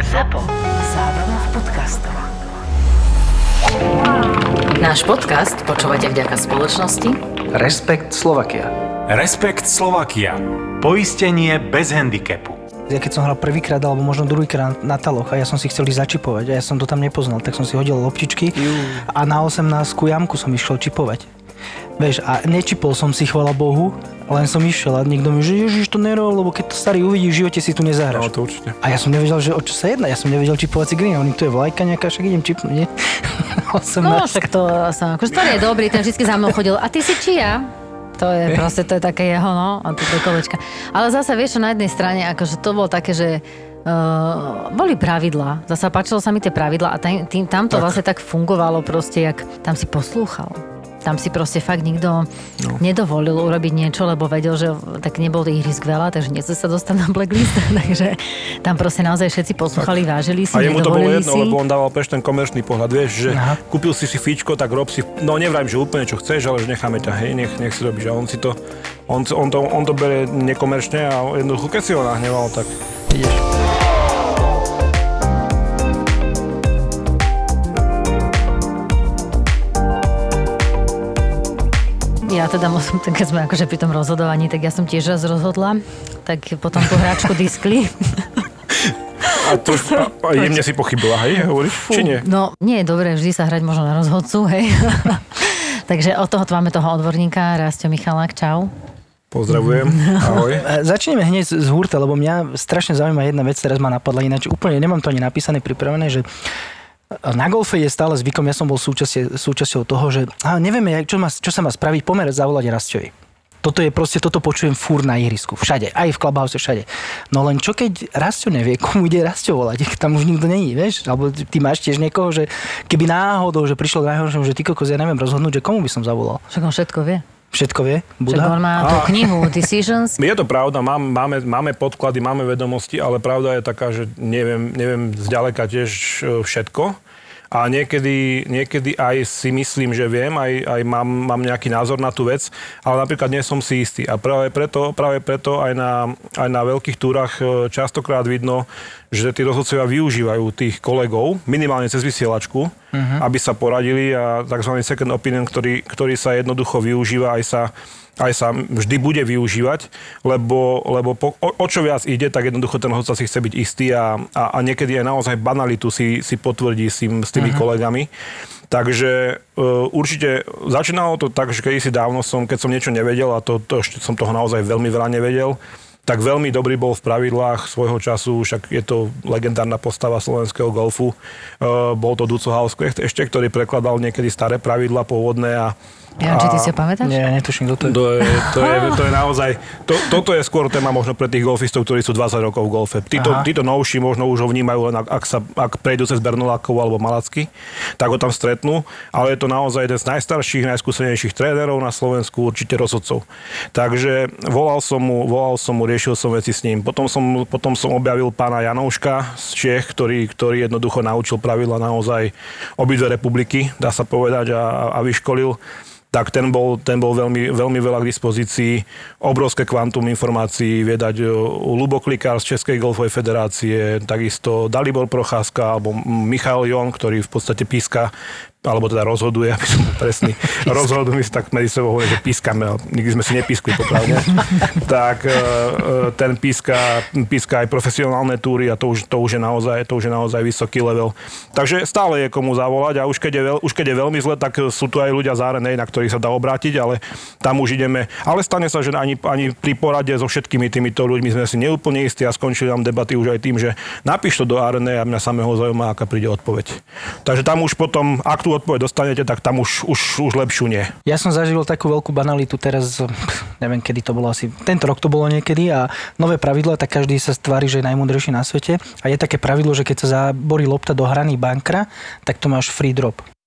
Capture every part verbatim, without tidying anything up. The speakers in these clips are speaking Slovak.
Zapo. Zábrná v podcastov. Náš podcast počúvate vďaka spoločnosti Respekt Slovakia. Respekt Slovakia. Poistenie bez handicapu. Ja keď som hral prvýkrát alebo možno druhýkrát na taloch a ja som si chcel ísť začipovať a ja som to tam nepoznal, tak som si hodil loptičky a na osemnástku jamku som išiel čipovať. Vieš, a nečipol som si, chvala Bohu, len som išiel a niekto mi, že ježiš, to nerob, lebo keď to starý uvidí, v živote si tu nezahraš. No, to určite. A ja som nevedel, že o čo sa jedná, ja som nevedel čipovací green, oni tu je vlajka nejaká, však idem čipnúť, nie? No, však to som, akože starý je dobrý, ten vždycky za mnou chodil. A ty si čia? To je proste, to je také jeho, no, a to je kolečka. Ale zase, vieš čo, na jednej strane, akože to bolo také, že Uh, boli pravidlá. Zasa páčilo sa mi tie pravidlá a tým, tým, tam to tak. Vlastne tak fungovalo proste, jak tam si poslúchal. Tam si proste fakt nikto no. nedovolil urobiť niečo, lebo vedel, že tak nebol ihrisk veľa, takže nechce sa dostať na blacklist, takže tam proste naozaj všetci poslúchali, tak. Vážili si, a jemu to bolo jedno, si. Lebo on dával preč ten komerčný pohľad, vieš, že Aha. kúpil si si fíčko, tak rob si, no nevrajím, že úplne čo chceš, ale že necháme ťa, hej, nech, nech si robíš. A on si to, on, on, to, on to bere nekomerčne a jednoducho, keď si ho nahneval, tak ideš. Ja teda musím, keď sme akože pri tom rozhodovaní, tak ja som tiež raz rozhodla, tak potom tú hráčku diskli. A to už a, a jemne si pochybila, hej, hovoríš, či nie? No, nie je dobré vždy sa hrať možno na rozhodcu, hej. Takže od toho máme toho odborníka, Rastio Michalák, čau. Pozdravujem, ahoj. Začneme hneď z hurta, lebo mňa strašne zaujíma jedna vec, teraz ma napadla, ináč úplne nemám to ani napísané, pripravené, že na golfe je stále zvykom, ja som bol súčasťou, súčasťou toho, že á, nevieme, čo, má, čo sa má spraviť, pomer zavolať Rastiovi. Toto je proste, toto počujem fúr na ihrisku, všade, aj v clubhouse, všade. No len čo keď Rastio nevie, komu ide Rastio volať, tam už nikto není, vieš? Alebo ty máš tiež niekoho, že keby náhodou, že prišlo k najhoršom, že ty kokos, ja neviem rozhodnúť, že komu by som zavolal. Však on všetko vie. Všetko vie? Buddha? Však on má tú knihu Decisions. Je to pravda, mám, máme, máme podklady, máme vedomosti, ale pravda je taká, že neviem, neviem zďaleka tiež všetko. A niekedy, niekedy aj si myslím, že viem, aj, aj mám, mám nejaký názor na tú vec, ale napríklad nie som si istý. A práve preto, práve preto aj, na, aj na veľkých túrach častokrát vidno, že tí rozhodcovia využívajú tých kolegov, minimálne cez vysielačku, uh-huh. aby sa poradili a tzv. Second opinion, ktorý, ktorý sa jednoducho využíva, aj sa aj sa vždy bude využívať, lebo, lebo po, o, o čo viac ide, tak jednoducho ten rozhodca si chce byť istý a, a, a niekedy aj naozaj banalitu si, si potvrdí s, tým, s tými uh-huh. kolegami. Takže uh, určite začínalo to tak, že kedysi dávno som, keď som niečo nevedel, a to, to ešte som toho naozaj veľmi veľa nevedel, tak veľmi dobrý bol v pravidlách svojho času, však je to legendárna postava slovenského golfu. Uh, bol to Duco Hausknecht ešte, ktorý prekladal niekedy staré pravidlá pôvodné a Ja, či ty si ho pamätáš? Nie, netuším, kto to je. To je, to je, to je naozaj, to, toto je skôr téma možno pre tých golfistov, ktorí sú dvadsať rokov v golfe. Títo, títo novší možno už ho vnímajú len ak, ak, sa, ak prejdú cez Bernolákov alebo Malacky, tak ho tam stretnú, ale je to naozaj jeden z najstarších, najskúsenejších trénerov na Slovensku, určite rozhodcov. Takže volal som mu, volal som mu, riešil som veci s ním. Potom som, potom som objavil pána Janouška z Čech, ktorý, ktorý jednoducho naučil pravidla naozaj obidve republiky, dá sa povedať, a, a vyškolil. Tak ten bol, ten bol veľmi, veľmi veľa k dispozícii. Obrovské kvantum informácií vie dať Ľubo Klikár z Českej golfovej federácie, takisto Dalibor Procházka alebo Michal Jon, ktorý v podstate píska, alebo teda rozhoduje, aby som bol presný. Rozhodujú mi tak medzi sebou hovorí, že pískame, ale nikdy sme si nepískli popravne. Tak ten píska, píska aj profesionálne túry a to už, to už je naozaj, to už je naozaj vysoký level. Takže stále je komu zavolať a už keď je, veľ, už keď je veľmi zle, tak sú tu aj ľudia z á er en á, na ktorých sa dá obrátiť, ale tam už ideme. Ale stane sa, že ani, ani pri porade so všetkými týmito ľuďmi sme si neúplne istí a skončili nám debaty už aj tým, že napíš to do á er en á a mňa samého zaujíma, aká príde odpoveď. Takže tam už potom, ak tú odpoveď dostanete, tak tam už, už, už lepšiu nie. Ja som zažil takú veľkú banalitu teraz, neviem, kedy to bolo, asi tento rok to bolo niekedy a nové pravidlo, tak každý sa tvári, že je najmúdrejší na svete a je také pravidlo, že keď sa zaborí lopta do hrany bankra, tak to máš free drop.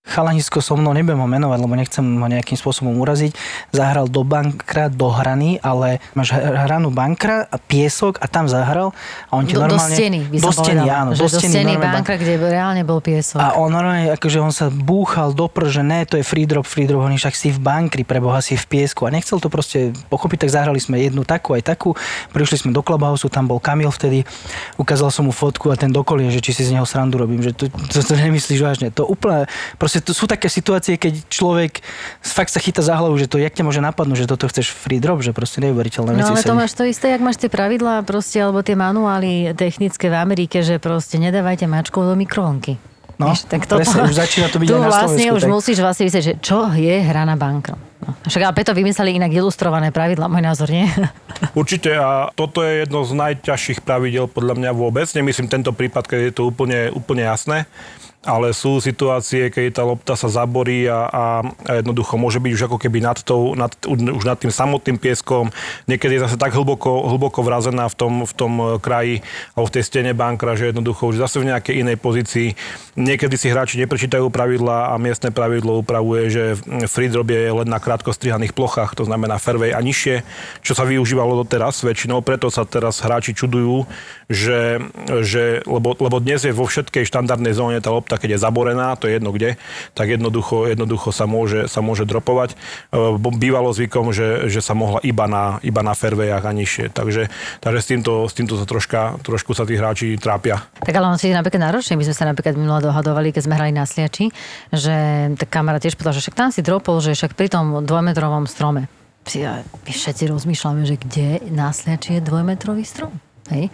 chalanisko so mnou, nebudem ho menovať, lebo nechcem ho nejakým spôsobom uraziť, zahral do bankra, do hrany, ale máš hranu bankra a piesok a tam zahral a on ti do, normálne... Do steny, by som do steny, povedala. áno. Že Do do steny, steny normálne bankra, kde reálne bol piesok. A on normálne, akože on sa búchal do pr, že ne, to je free drop, free drop, oni však si v bankri, preboha si v piesku a nechcel to proste pochopiť, tak zahrali sme jednu takú aj takú, prišli sme do Clubhouse, tam bol Kamil vtedy, ukázal som mu fotku a ten dokolie, že či si z neho srandu robím, že to, to, to nemyslíš vážne. To úplne, proste to sú také situácie, keď človek fakt sa chytá za hlavu, že to jak ťa môže napadnúť, že toto chceš free drop, že proste neuveriteľné veci. No ale sa to máš to isté, jak máš tie pravidlá proste, alebo tie manuály technické v Amerike, že proste nedávajte mačkov do mikrovlnky. No, Víš, tak toto, presne, už začína to byť tu aj na vlastne Slovensku. už tak. musíš vlastne vysvetliť, že čo je hra na bankro. No. Však ale preto vymysleli inak ilustrované pravidlá, môj názor, nie? Určite a toto je jedno z najťažších pravidel podľa mňa vôbec. Nemyslím tento prípad, keď je to úplne, úplne jasné. Ale sú situácie, keď tá lopta sa zaborí a, a jednoducho môže byť už ako keby nad, tou, nad, už nad tým samotným pieskom. Niekedy je zase tak hlboko, hlboko vrazená v tom, v tom kraji alebo v tej stene bankra, že jednoducho už zase v nejakej inej pozícii. Niekedy si hráči neprečítajú pravidlá a miestne pravidlo upravuje, že free drop je len na krátko strihaných plochách, to znamená fairway a nižšie, čo sa využívalo doteraz väčšinou. Preto sa teraz hráči čudujú, že, že lebo, lebo dnes je vo všetkej štandardnej zóne tá lopta, keď je zaborená, to je jedno kde, tak jednoducho, jednoducho sa, môže, sa môže dropovať. Bývalo zvykom, že, že sa mohla iba na, iba na fairwayách a nižšie. Takže, takže s, týmto, s týmto sa troška, trošku sa tí hráči trápia. Tak ale on si napríklad náročne, my sme sa napríklad minulé dohadovali, keď sme hrali na Sliači, že tak kamarát tiež povedal, že však tam si dropol, že však pri tom dvojmetrovom strome. Ja, my všetci rozmýšľame, že kde na Sliači je dvojmetrový strom. Hej.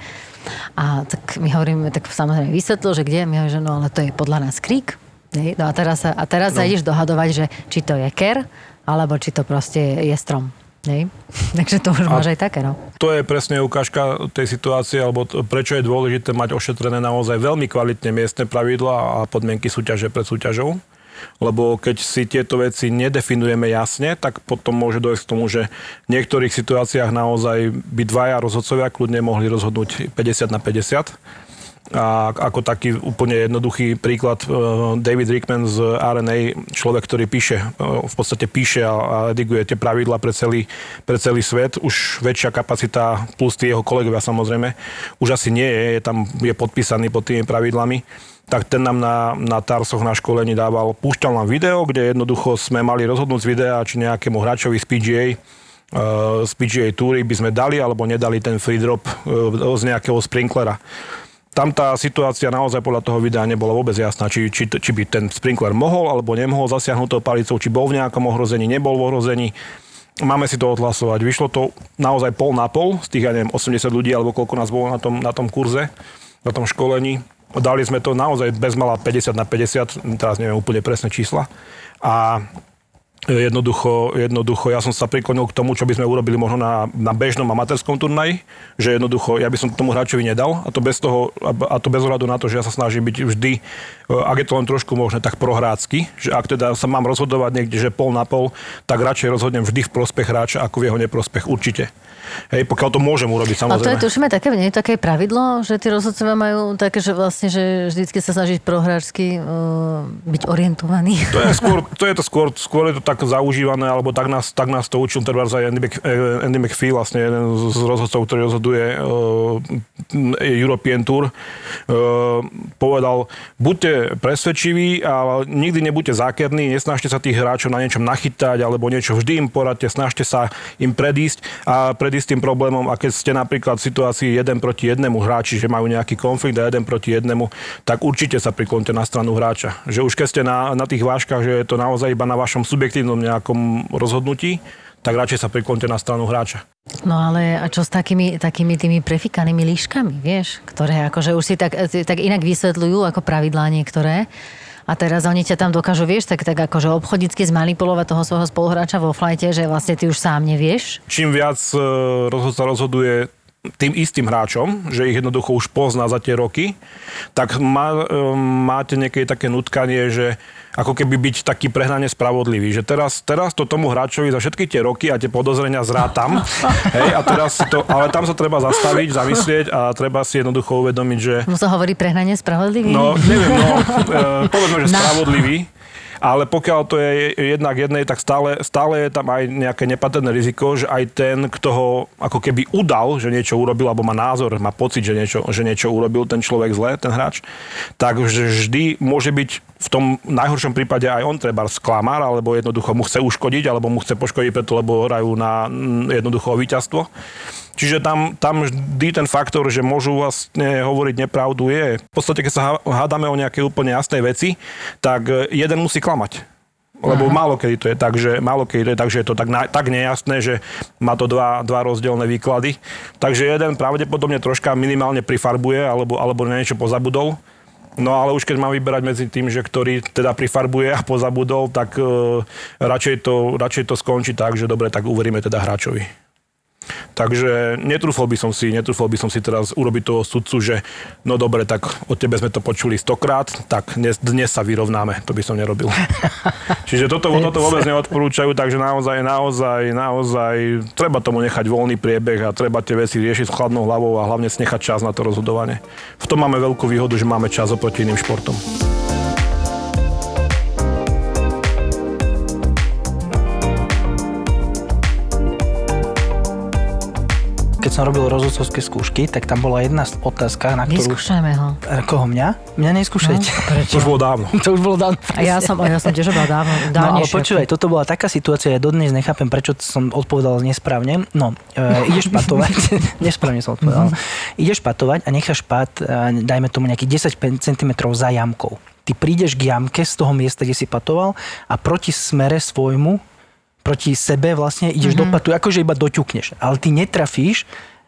A tak my hovoríme, tak samozrejme vysvetlil, že kde, my hovoríme, že no ale to je podľa nás krík. Hej. No a teraz sa, a teraz no. sa ideš dohadovať, že či to je ker, alebo či to proste je strom. Hej. Takže to už a máš aj také, no. To je presne ukážka tej situácie, alebo to, prečo je dôležité mať ošetrené naozaj veľmi kvalitne miestne pravidlá a podmienky súťaže pred súťažou. Lebo keď si tieto veci nedefinujeme jasne, tak potom môže dojsť k tomu, že v niektorých situáciách naozaj by dvaja rozhodcovia kľudne mohli rozhodnúť päťdesiat na päťdesiat. A ako taký úplne jednoduchý príklad, David Rickman z er en á, človek, ktorý píše, v podstate píše a rediguje tie pravidlá pre celý, pre celý svet, už väčšia kapacita, plus tí jeho kolegovia samozrejme, už asi nie je, je tam je podpísaný pod tými pravidlami. Tak ten nám na, na Tarsoch na školení dával, púšťal nám video, kde jednoducho sme mali rozhodnúť z videa, či nejakému hráčovi z pé gé á, uh, z pé gé á túry by sme dali alebo nedali ten free drop uh, z nejakého sprinklera. Tam tá situácia naozaj podľa toho videa nebola vôbec jasná, či, či, či by ten sprinkler mohol alebo nemohol zasiahnuť tou palicou, či bol v nejakom ohrození, nebol v ohrození. Máme si to odhlasovať. Vyšlo to naozaj pol na pol, z tých, ja neviem, osemdesiat ľudí, alebo koľko nás bolo na tom, na tom kurze, na tom školení. Dali sme to naozaj bezmala päťdesiat na päťdesiat, teraz neviem úplne presné čísla. A jednoducho, jednoducho, ja som sa priklonil k tomu, čo by sme urobili možno na, na bežnom amatérskom turnaji, že jednoducho, ja by som tomu hráčovi nedal, a to bez toho, a to bez ohľadu na to, že ja sa snažím byť vždy, ak je to len trošku možné, tak prohrácky, že ak teda sa mám rozhodovať niekde, že pol na pol, tak radšej rozhodnem vždy v prospech hráča, ako v jeho neprospech, určite. Hej, pokiaľ to môžem urobiť, samozrejme. A to je, tušíme, také, nie je také pravidlo, že tí rozhodcovia majú také, že vlastne, že vždycky sa snažiť prohráčsky uh, byť orientovaný. To je skôr, to je to skôr, skôr je to tak zaužívané, alebo tak nás, tak nás to učil treba aj Andy, Mc, Andy McPhee, vlastne jeden z rozhodcov, ktorý rozhoduje uh, European Tour, uh, povedal, buďte presvedčiví, ale nikdy nebuďte zákerní, nesnažte sa tých hráčov na niečom nachytať, alebo niečo, vždy im poradte, snažte sa im predísť a predísť s tým problémom, a keď ste napríklad v situácii jeden proti jednému hráči, že majú nejaký konflikt a jeden proti jednému, tak určite sa priklonte na stranu hráča. Že už keď ste na, na tých vážkach, že je to naozaj iba na vašom subjektívnom nejakom rozhodnutí, tak radšej sa priklonte na stranu hráča. No ale a čo s takými, takými tými prefikanými líškami, vieš, ktoré akože už si tak, tak inak vysvetľujú ako pravidlá niektoré. A teraz oni ťa tam dokážu, vieš, tak, tak akože obchodicky zmanipulovať toho svojho spoluhráča vo flajte, že vlastne ty už sám nevieš. Čím viac rozhodca rozhoduje tým istým hráčom, že ich jednoducho už pozná za tie roky, tak má, máte niekedy také nutkanie, že ako keby byť taký prehnane spravodlivý, že teraz, teraz to tomu hráčovi za všetky tie roky a tie podozrenia zrátam, hej, a teraz to, ale tam sa treba zastaviť, zamyslieť a treba si jednoducho uvedomiť, že... Mu sa hovorí prehnane spravodlivý? No, neviem, no, e, povedzme, že spravodlivý. Ale pokiaľ to je jednak jednej, tak stále, stále je tam aj nejaké nepatrné riziko, že aj ten, kto ho ako keby udal, že niečo urobil, alebo má názor, má pocit, že niečo, že niečo urobil ten človek zle, ten hráč, tak vždy môže byť v tom najhoršom prípade aj on treba sklamár, alebo jednoducho mu chce uškodiť, alebo mu chce poškodiť preto, lebo hrajú na jednoducho o víťazstvo. Čiže tam, tam vždy ten faktor, že môžu vlastne hovoriť nepravdu je. V podstate, keď sa hádame o nejaké úplne jasnej veci, tak jeden musí klamať. Lebo Aha. málo kedy to je tak, že, málo kedy to je tak, že je to tak, na, tak nejasné, že má to dva, dva rozdielne výklady. Takže jeden pravdepodobne troška minimálne prifarbuje alebo, alebo na niečo pozabudol. No ale už keď mám vyberať medzi tým, že ktorý teda prifarbuje a pozabudol, tak e, radšej, to, radšej to skončí tak, že dobre, tak uveríme teda hráčovi. Takže netrúfol by som si, netrúfol by som si teraz urobiť toho sudcu, že no dobre, tak od tebe sme to počuli stokrát, tak dnes, dnes sa vyrovnáme. To by som nerobil. Čiže toto, toto vôbec neodporúčajú, takže naozaj, naozaj, naozaj treba tomu nechať voľný priebeh a treba tie veci riešiť s chladnou hlavou a hlavne si nechať čas na to rozhodovanie. V tom máme veľkú výhodu, že máme čas oproti iným športom. Keď som robil rozhodcovské skúšky, tak tam bola jedna otázka, na ktorú... Vyskúšajme ho. Koho, mňa? Mňa neskúšajte. No, to už bolo dávno. To už bolo dávno. A ja som, ja som tiež bola dávno. No ale počúvaj, toto bola taká situácia, ja dodnes nechápem, prečo som odpovedal nesprávne. No, e, ideš patovať, nesprávne som odpovedal. Mm-hmm. Ideš patovať a necháš pat, e, dajme tomu nejakých desať centimetrov za jamkou. Ty prídeš k jamke z toho miesta, kde si patoval a proti smere svojmu proti sebe vlastne ideš mm-hmm. do patu, akože iba doťukneš. Ale ty netrafíš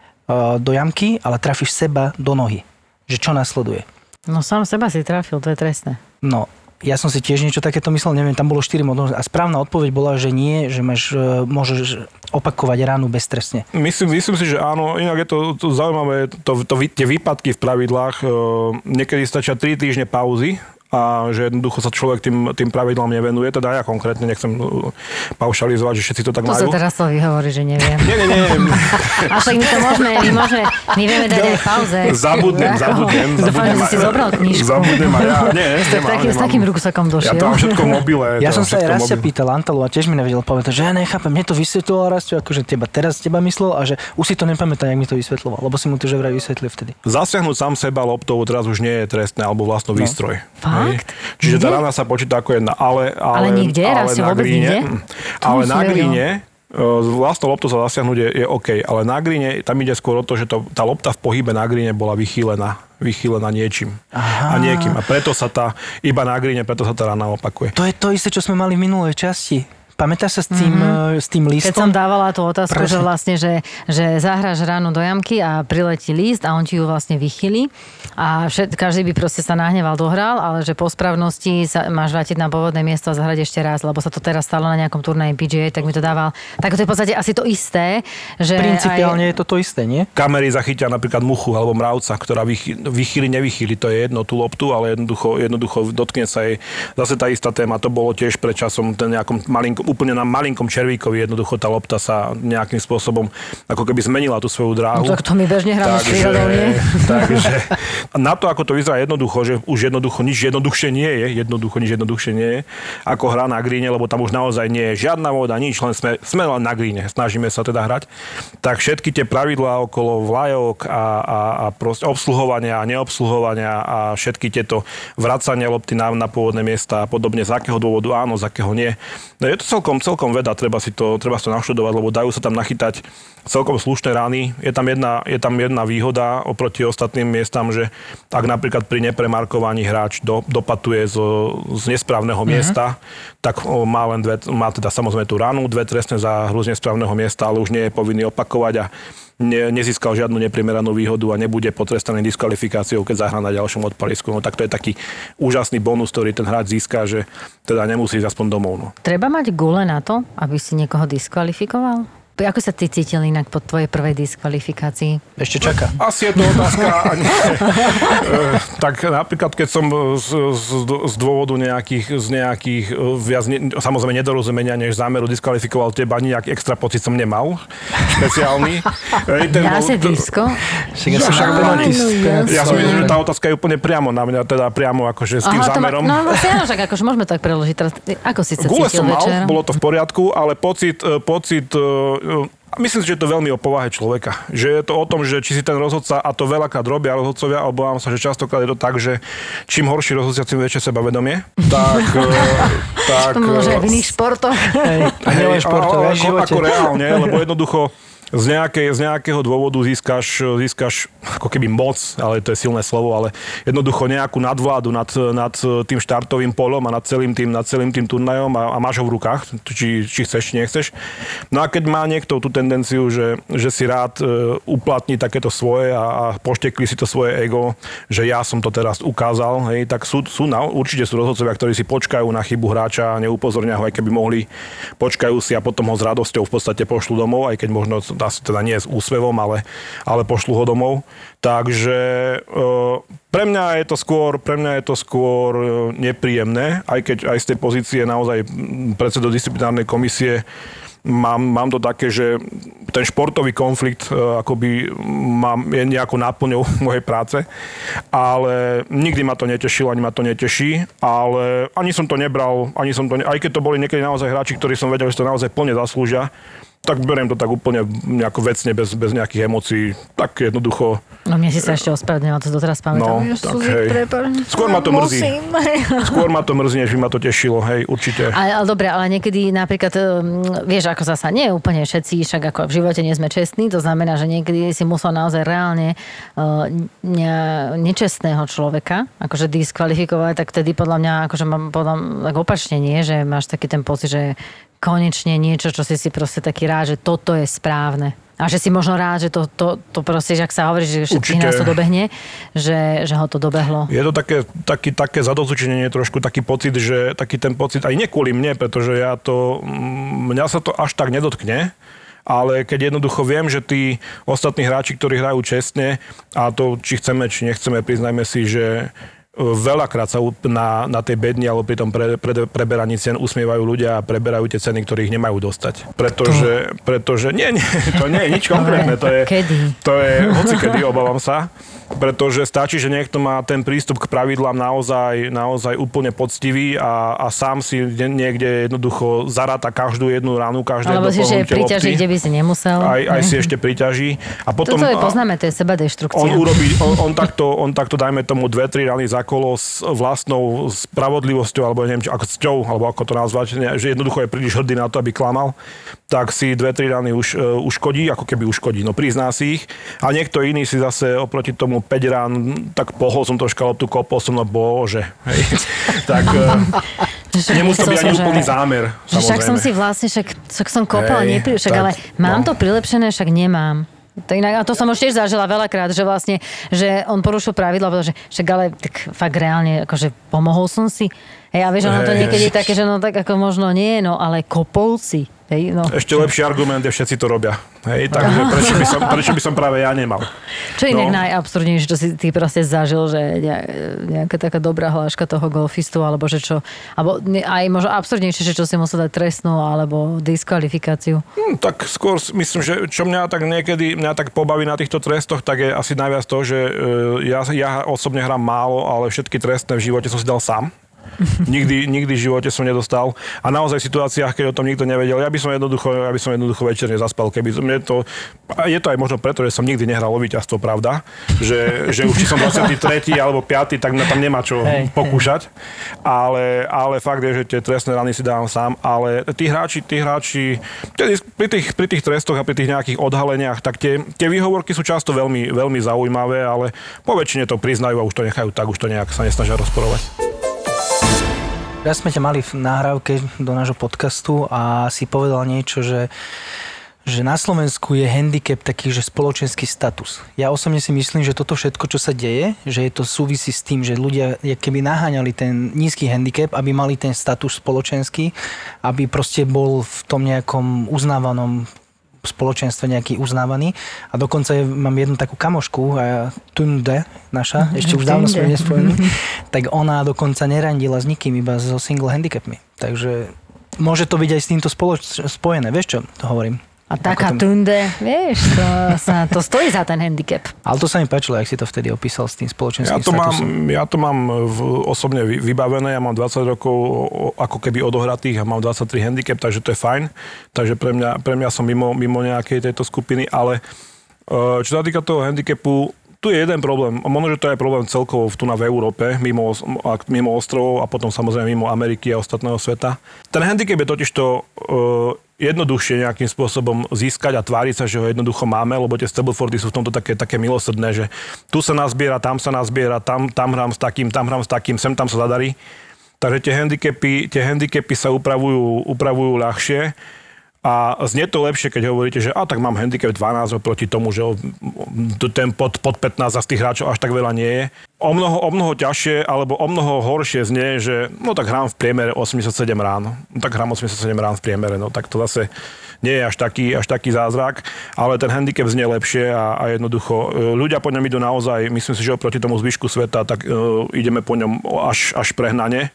uh, do jamky, ale trafíš seba do nohy. Že čo nasleduje? No sám seba si trafil, to je trestné. No, ja som si tiež niečo takéto myslel, neviem, tam bolo štyri možnosti. A správna odpoveď bola, že nie, že máš, uh, môžeš opakovať ránu beztrestne. Myslím, myslím si, že áno. Inak je to, to zaujímavé, to, to, tie výpadky v pravidlách, uh, niekedy stačia tri týždne pauzy, a že jednoducho sa človek tým, tým pravidlám nevenuje. Teda ja konkrétne nechcem paušalizovať, že všetci to tak to majú. To sa teraz to vyhovorí, že neviem. Nie, nie, nie. A však my to môžeme, my môžeme, my vieme dať aj pauze. Zabudnem, zabudnem. Dúfam, že si zobral knižku. Zabudnem a ja, nie, nemám, taký, nemám. S takým ruksakom došiel. Ja to mám všetko v mobile. Ja som sa aj raz sa pýtal Antalu a tiež mi nevedel povedať, že ja nechápem, mne to vysvetľoval raz, akože teba teraz teba myslel a že už si to nepamätá, jak mi to vysvetľoval, lebo si mu to že vraj vysvetlil vtedy. Zasiahnuť sám seba loptou teraz už nie je trestné alebo vlastno výstroj. Fakt? Čiže tá rána sa počíta ako jedna, ale... Ale Ale, nikde? ale Raz na vôbec gríne, nikde? Ale na gríne, s vlastnou loptou sa zasiahnuť je, je OK, ale na gríne tam ide skôr o to, že to, tá lopta v pohybe na gríne bola vychýlená. vychýlená niečím Aha. a niekým. A preto sa tá, iba na gríne, preto sa tá rána opakuje. To je to isté, čo sme mali v minulej časti. Pamätáš sa s tým, mm-hmm. s tým listom? Keď som dávala tú otázku, Presne. že vlastne, že, že zahráš ránu do jamky a priletí list a on ti ju vlastne vychýli a všet, každý by proste sa nahneval, dohral, ale že po správnosti sa máš vrátiť na pôvodné miesto a zahrať ešte raz, lebo sa to teraz stalo na nejakom turnaji pé gé á, tak mi to dával. Tak to je v podstate asi to isté, že principiálne aj... je to to isté, nie? Kamery zachytia napríklad muchu alebo mravca, ktorá vychýli, nevychýli, to je jedno tú loptu, ale jednoducho, jednoducho dotkne sa jej. Zase tá istá téma, to bolo tiež pred časom ten nejakom malinkom, úplne na malinkom červíkovi, jednoducho tá lopta sa nejakým spôsobom ako keby zmenila tú svoju dráhu. No tak to my bežne hráme s prírodou, nie? Takže na to, ako to vyzerá jednoducho, že už jednoducho nič jednoduchšie nie je, jednoducho nič jednoduchšie nie je, ako hra na gríne, lebo tam už naozaj nie je žiadna voda, nič, len sme, sme len na gríne, snažíme sa teda hrať. Tak všetky tie pravidlá okolo vlajok a, a, a proste obsluhovania a neobsluhovania a všetky tieto vracania lopty na, na pôvodné miesta a podobne, z akého dôvodu áno, z akého nie. No je to celkom, celkom veda, treba si to, treba si to naštudovať, lebo dajú sa tam nachytať celkom slušné rany. Je tam jedna, je tam jedna výhoda oproti ostatným miestam, že ak napríklad pri nepremarkovaní hráč do, dopatuje z, z nesprávneho uh-huh. miesta, tak má len dve, má teda samozrejme tú ranu, dve trestné za hru z nesprávneho miesta, ale už nie je povinný opakovať a ne, nezískal žiadnu neprimeranú výhodu a nebude potrestaný diskvalifikáciou, keď zahrá na ďalšom odpalisku. No tak to je taký úžasný bonus, ktorý ten hráč získa, že teda nemusí ísť aspoň domov. No. Treba mať gule na to, aby si niekoho diskvalifikoval? ako sa ty cítil inak po tvojej prvej diskvalifikácii? Ešte čaká. Asi je to otázka. Tak napríklad, keď som z, z, z dôvodu nejakých, z nejakých viac, ne, samozrejme nedorozumenia, než zámeru diskvalifikoval teba, nejak extra pocit som nemal. Špeciálny. Ja si disko? Ja som Ja som videl, že tá otázka je úplne priamo na mňa, teda priamo akože s tým Aha, zámerom. Ma, no vlastne áno, však akože môžeme tak preložiť teraz. Ako si sa Gule cítil som mal, večer? bolo to v poriadku, ale pocit, pocit myslím si, že je to veľmi o povahe človeka. Že je to o tom, že či si ten rozhodca, a to veľakrát robia rozhodcovia, obávam sa, že častokrát je to tak, že čím horší rozhodca, tým väčšie sebavedomie. Tak, tak... To môže aj v iných športoch. Hej, Hej, športové, ako, ako reálne, lebo jednoducho z, nejakej, z nejakého dôvodu získaš, získaš ako keby moc, ale to je silné slovo, ale jednoducho nejakú nadvládu nad, nad tým štartovým polom a nad celým tým, nad celým tým turnajom a, a máš ho v rukách, či, či chceš, či nechceš. No a keď má niekto tú tendenciu, že, že si rád e, uplatní takéto svoje a, a poštekli si to svoje ego, že ja som to teraz ukázal, hej, tak sú, sú na, určite sú rozhodcovia, ktorí si počkajú na chybu hráča a neupozornia ho, aj keby mohli, počkajú si a potom ho s radosťou v podstate pošlu domov, aj keď možno asi teda nie s úsmevom, ale, ale pošlu ho domov. Takže e, pre mňa je to skôr, pre mňa je to skôr nepríjemné, aj keď aj z tej pozície naozaj predsedu disciplinárnej komisie mám, mám to také, že ten športový konflikt e, akoby mám, je nejakou náplňou mojej práce, ale nikdy ma to netešilo, ani ma to neteší, ale ani som to nebral, ani som to, ne, aj keď to boli niekedy naozaj hráči, ktorí som vedel, že to naozaj plne zaslúžia, tak beriem to tak úplne nejako vecne, bez, bez nejakých emócií, tak jednoducho. No mne si sa ešte ospravedlnila, to doteraz pamätám. No, tak hej. Skôr ma to mrzí. Skôr ma to mrzí, než by ma to tešilo, hej, určite. Ale, ale dobre, ale niekedy napríklad, vieš, ako zasa, nie úplne všetci, však ako v živote nie sme čestní, to znamená, že niekedy si musel naozaj reálne uh, ne, nečestného človeka, akože diskvalifikovať, tak vtedy podľa mňa, akože mám podľa, tak opačne nie, že máš taký ten pocit, že konečne niečo, čo si si proste taký rád, že toto je správne. A že si možno rád, že to, to, to proste, že ak sa hovorí, že všetkých nás to dobehne, že, že ho to dobehlo. Je to také, taký, také zadozučinenie, trošku taký pocit, že taký ten pocit, aj nie kvôli mne, pretože ja to, mňa sa to až tak nedotkne, ale keď jednoducho viem, že tí ostatní hráči, ktorí hrajú čestne, a to či chceme, či nechceme, priznajme si, že veľakrát sa na, na tej bedni alebo pri tom pre, pre, preberaní cien usmievajú ľudia a preberajú tie ceny, ktorých nemajú dostať. Pretože, pretože nie, nie, to nie je nič konkrétne. To je, to je hocikedy, obávam sa. Pretože stačí, že niekto má ten prístup k pravidlám naozaj, naozaj úplne poctivý a, a sám si niekde jednoducho zaráta každú jednu ránu, každé jedno pohnutie lopty. Alebo si, že priťaží, kde by si nemusel. Aj, aj si ešte priťaží. A potom, toto je, poznáme, to je sebadeštrukcia. On urobí, on, on, takto, on takto, dajme tomu, dve, tri rány za kolo s vlastnou spravodlivosťou, alebo neviem, či, ako cťou, alebo ako to nazvať, že jednoducho je príliš hrdý na to, aby klamal, tak si dve, tri rány už, uh, uškodí, ako keby uškodí, no prizná si ich. A niekto iný si zase oproti tomu päť rán, tak pohol som troška loptu, kopol som, no bože. Hej. Tak uh, nemusí to byť ani úplný zámer, samozrejme. Však som si vlastne, však, však som kopal, nepri, však, tak, ale mám no. to prilepšené, však nemám. To inak, a to som už tiež zažila veľakrát, že vlastne, že on porušil pravidla, že však ale tak fakt reálne, akože pomohol som si. Hej, a vieš, ono to niekedy je také, že no tak ako možno nie, no ale kopol si. Hej, no. Ešte lepší argument je, všetci to robia. Hej, takže prečo by, som, prečo by som práve ja nemal? Čo je inak no. najabsurdnejšie, čo si ty proste zažil, že nejaká taká dobrá hláška toho golfistu, alebo že čo, alebo aj možno absurdnejšie, že čo si musel dať trestnú, alebo diskvalifikáciu? Hm, tak skôr myslím, že čo mňa tak niekedy, mňa tak pobaví na týchto trestoch, tak je asi najviac to, že ja, ja osobne hrám málo, ale všetky trestné v živote som si dal sám. Nikdy, nikdy v živote som nedostal. A naozaj v situáciách, keď o tom nikto nevedel, ja by som jednoducho, ja by som jednoducho večer nezaspal. Keby mne to, je to aj možno preto, že som nikdy nehral o víťazstvo, pravda? Že, že už či som dvadsiaty tretí alebo piaty, tak tam nemá čo hey, pokúšať. Hey. Ale, ale fakt je, že tie trestné rany si dávam sám. Ale tí hráči, tí hráči, pri tých, pri tých trestoch a pri tých nejakých odhaleniach, tak tie, tie výhovorky sú často veľmi, veľmi zaujímavé, ale po väčšine to priznajú a už to nechajú tak, už to nejak sa nesnažia rozporovať. Raz sme ťa mali v nahrávke do nášho podcastu a si povedal niečo, že, že na Slovensku je handicap taký, že spoločenský status. Ja osobne si myslím, že toto všetko, čo sa deje, že je to súvisí s tým, že ľudia keby naháňali ten nízky handicap, aby mali ten status spoločenský, aby proste bol v tom nejakom uznávanom spoločenstve nejaký uznávaný. A dokonca je, mám jednu takú kamošku, Tunde naša, ešte už dávno sme nespojení, tak ona dokonca nerandila s nikým, iba so single handicapmi. Takže môže to byť aj s týmto spoloč- spojené, vieš čo to hovorím? A taká Tunde, vieš, to, sa, to stojí za ten handicap. Ale to sa mi páčilo, jak si to vtedy opísal s tým spoločenským ja to statusom. mám, ja to mám v, osobne vybavené, ja mám dvadsať rokov ako keby odohratých a mám dvadsaťtri handicap, takže to je fajn. Takže pre mňa, pre mňa som mimo, mimo nejakej tejto skupiny, ale čo sa týka toho handicapu, tu je jeden problém. Možno, že to je problém celkovo tu na v Európe, mimo, mimo ostrovov a potom samozrejme mimo Ameriky a ostatného sveta. Ten handicap je totiž to uh, jednoduchšie nejakým spôsobom získať a tváriť sa, že ho jednoducho máme, lebo tie Stablefordy sú v tomto také, také milosrdné, že tu sa nazbiera, tam sa nazbiera, tam, tam hrám s takým, tam hrám s takým, sem tam sa zadarí. Takže tie handicapy, tie handicapy sa upravujú, upravujú ľahšie. A znie to lepšie, keď hovoríte, že a tak mám handicap dvanásť proti tomu, že ten pod, pod pätnásť z tých hráčov až tak veľa nie je. O mnoho, o mnoho ťažšie, alebo o mnoho horšie znie, že no tak hrám v priemere osemdesiatsedem rán. No tak hrám osemdesiatsedem rán v priemere, no tak to zase nie je až taký, až taký zázrak, ale ten handicap znie lepšie a, a jednoducho ľudia po ňom idú naozaj, myslím si, že oproti tomu zvyšku sveta, tak uh, ideme po ňom až, až prehnane.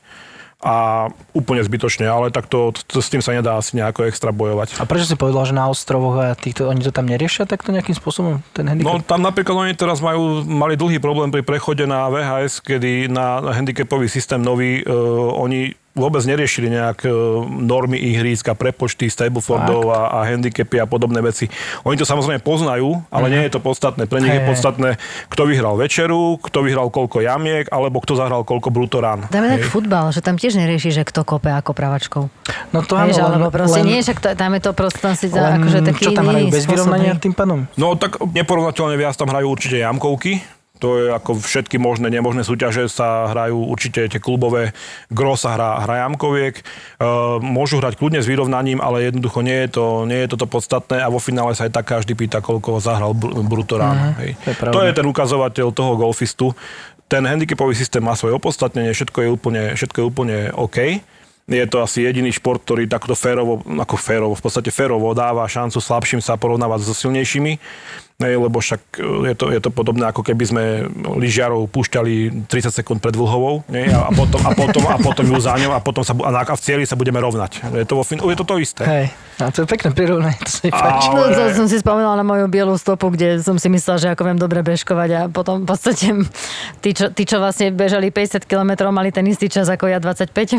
A úplne zbytočne, ale tak to, to, s tým sa nedá asi nejako extra bojovať. A prečo si povedal, že na ostrovoch a týchto, oni to tam neriešia takto nejakým spôsobom, ten handicap? No tam napríklad oni teraz majú, mali dlhý problém pri prechode na vé há es, kedy na handicapový systém nový, uh, oni vôbec neriešili nejak normy ihrísk a prepočty Stablefordov a, a handicapy a podobné veci. Oni to samozrejme poznajú, ale nie je to podstatné. Pre nich hey. je podstatné, kto vyhral večeru, kto vyhral koľko jamiek, alebo kto zahral koľko brutto rán. Dáme tak futbal, že tam tiež nerieši, že kto kope ako pravačkou. No to áno, alebo proste len, nie, však to, tam je to proste tam si len, akože taký čo tam hrajú, bez vyrovnania tým pádom? No tak neporovnateľne viac tam hrajú určite jamkovky. To je ako všetky možné, nemožné súťaže sa hrajú určite tie klubové, gro sa hrá, hrá jamkoviek. E, môžu hrať kľudne s vyrovnaním, ale jednoducho nie je, to, nie je toto podstatné a vo finále sa aj tak každý pýta, koľko zahral br- brutto rán. Uh-huh, to, je to je ten ukazovateľ toho golfistu. Ten handicapový systém má svoje opodstatnenie, všetko je úplne, všetko je úplne OK. Je to asi jediný šport, ktorý takto férovo, ako férovo, v podstate férovo dáva šancu slabším sa porovnávať so silnejšími. Nej, lebo však je to, je to podobné, ako keby sme lyžiarov púšťali tridsať sekúnd pred Vlhovou, nie? A, potom, a, potom, a potom ju za ňou a potom sa, a v cieli sa budeme rovnať. Je to, vo, je to to isté. Hej, a to je pekné prirovnanie, to sa mi páči. Ale... No, to som si spomínala na moju bielú stopu, kde som si myslela, že ako viem dobre bežkovať a potom v podstate tí, čo, tí, čo vlastne bežali päťdesiat kilometrov, mali ten istý čas ako ja dvadsaťpäť.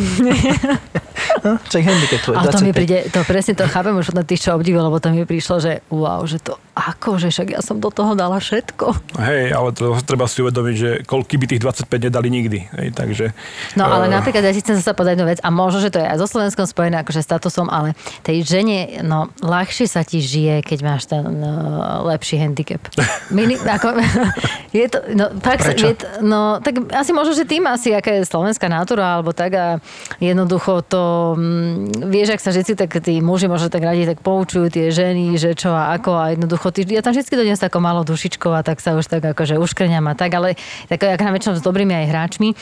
No, čak handicap tvoj, ale to mi príde, to presne to chápem už od tých, čo obdivujú, lebo to mi prišlo, že wow, že to ako, že však ja som do toho dala všetko. Hej, ale to treba si uvedomiť, že koľky by tých dvadsaťpäť nedali nikdy. Hej, takže, no ale uh... napríklad ja si chcem zase povedať jednu vec a možno, že to je aj so Slovenskom spojené akože statusom, ale tej žene, no ľahšie sa ti žije, keď máš ten uh, lepší handicap. Mini, ako, je to, no, tak, je, no, tak asi možno, že tým asi, aká je slovenská natúra, alebo tak a jednoducho to, um, vieš, ak sa všetci, tak tí muži možno tak radi tak poučujú tie ženy, že čo a ako a jednoducho ja tam vždy dodnes tako malo dušičkou a tak sa už tak akože uškrňam a tak, ale tak ako na väčšinou s dobrými aj hráčmi,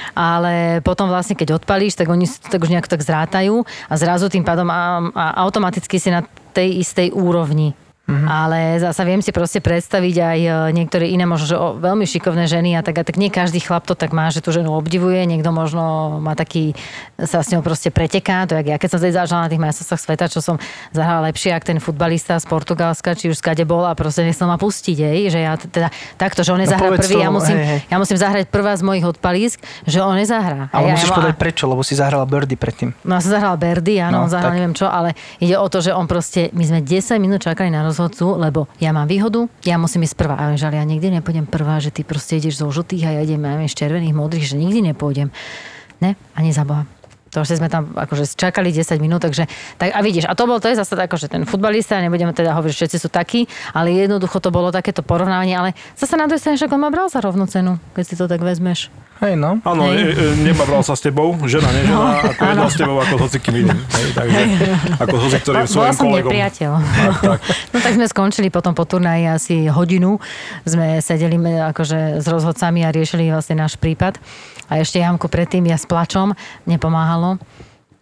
ale potom vlastne keď odpalíš, tak oni tak už nejak tak zrátajú a zrazu tým pádom a, a automaticky si na tej istej úrovni. Mm-hmm. Ale zasa viem si proste predstaviť aj niektoré iné možno, že o, veľmi šikovné ženy a tak, a tak nie každý chlap to tak má, že tú ženu obdivuje, niekto možno má taký, sa s ňou proste preteká, to jak ja, keď som zdaj zažala na tých majstrovstvách sveta, čo som zahrala lepšie, ako ten futbalista z Portugalska, či už skade bol a proste nechcel ma pustiť, hej, že ja teda takto, že on nezahrá no, prvý, to, ja musím, hej, hej. ja musím zahrať prvá z mojich odpalísk, že on nezahrá. Ale ja, musíš ja, povedať a... prečo, lebo si zahrala birdie predtým. No ja som zahrala birdie, áno, no, on zahral tak. Neviem čo, ale ide o to, že on proste, my sme desať minút čakali na rozhodcu, lebo ja mám výhodu, ja musím ísť prvá. A že ja nikdy nepôjdem prvá, že ty proste ideš zo žltých a ja idem ja z červených, modrých, že nikdy nepôjdem. Ne, ani za Boha. To, že sme tam akože čakali desať minút, takže tak, a vidíš, a to bol, to je zase tak, že ten futbalista, nebudeme teda hovoriť, že všetci sú takí, ale jednoducho to bolo takéto porovnávanie, ale zase na druhej strane, že on ma bral za rovnú cenu, keď si to tak vezmeš. Hej, no. Áno, ne, nebavral sa s tebou, žena, ne žena, no, ako jedná s tebou ako s hocikým iným. Takže ako s hocik, ktorý je svojím kolegom. Bola som nepriateľ. Tak, tak. No tak sme skončili potom po turnaji asi hodinu. Sme sedeli akože s rozhodcami a riešili vlastne náš prípad. A ešte Janku predtým, ja s plačom, nepomáhalo.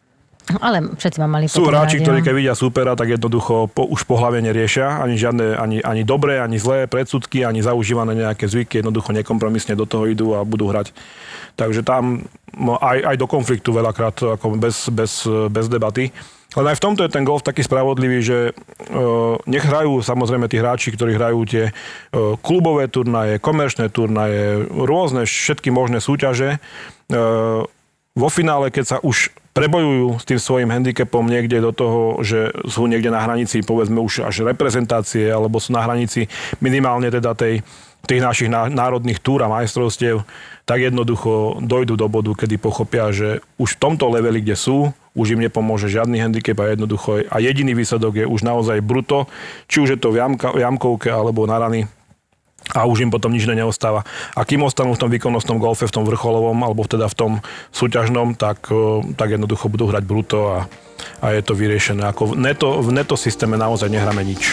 Ale všetci ma mali Sú potom hráči, radi, ktorí no. keď vidia súpera, tak jednoducho po, už po hlave neriešia ani žiadne, ani, ani dobré, ani zlé predsudky, ani zaužívané nejaké zvyky, jednoducho nekompromisne do toho idú a budú hrať. Takže tam no, aj, aj do konfliktu veľakrát ako bez, bez, bez debaty. Len aj v tomto je ten golf taký spravodlivý, že e, nech hrajú samozrejme tí hráči, ktorí hrajú tie e, klubové turnaje, komerčné turnaje, rôzne všetky možné súťaže. E, vo finále, keď sa už prebojujú s tým svojím handicapom niekde do toho, že sú niekde na hranici, povedzme už až reprezentácie, alebo sú na hranici minimálne teda tej, tých našich národných túr a majstrovstiev, tak jednoducho dojdú do bodu, kedy pochopia, že už v tomto leveli, kde sú, už im nepomôže žiadny handicap a jednoducho a jediný výsledok je už naozaj bruto, či už je to v, jamka, v jamkovke alebo na rany. A už im potom nič neostáva. A kým ostanú v tom výkonnostnom golfe, v tom vrcholovom, alebo teda v tom súťažnom, tak, tak jednoducho budú hrať bruto a, a je to vyriešené. Ako v neto, v neto systéme naozaj nehráme nič.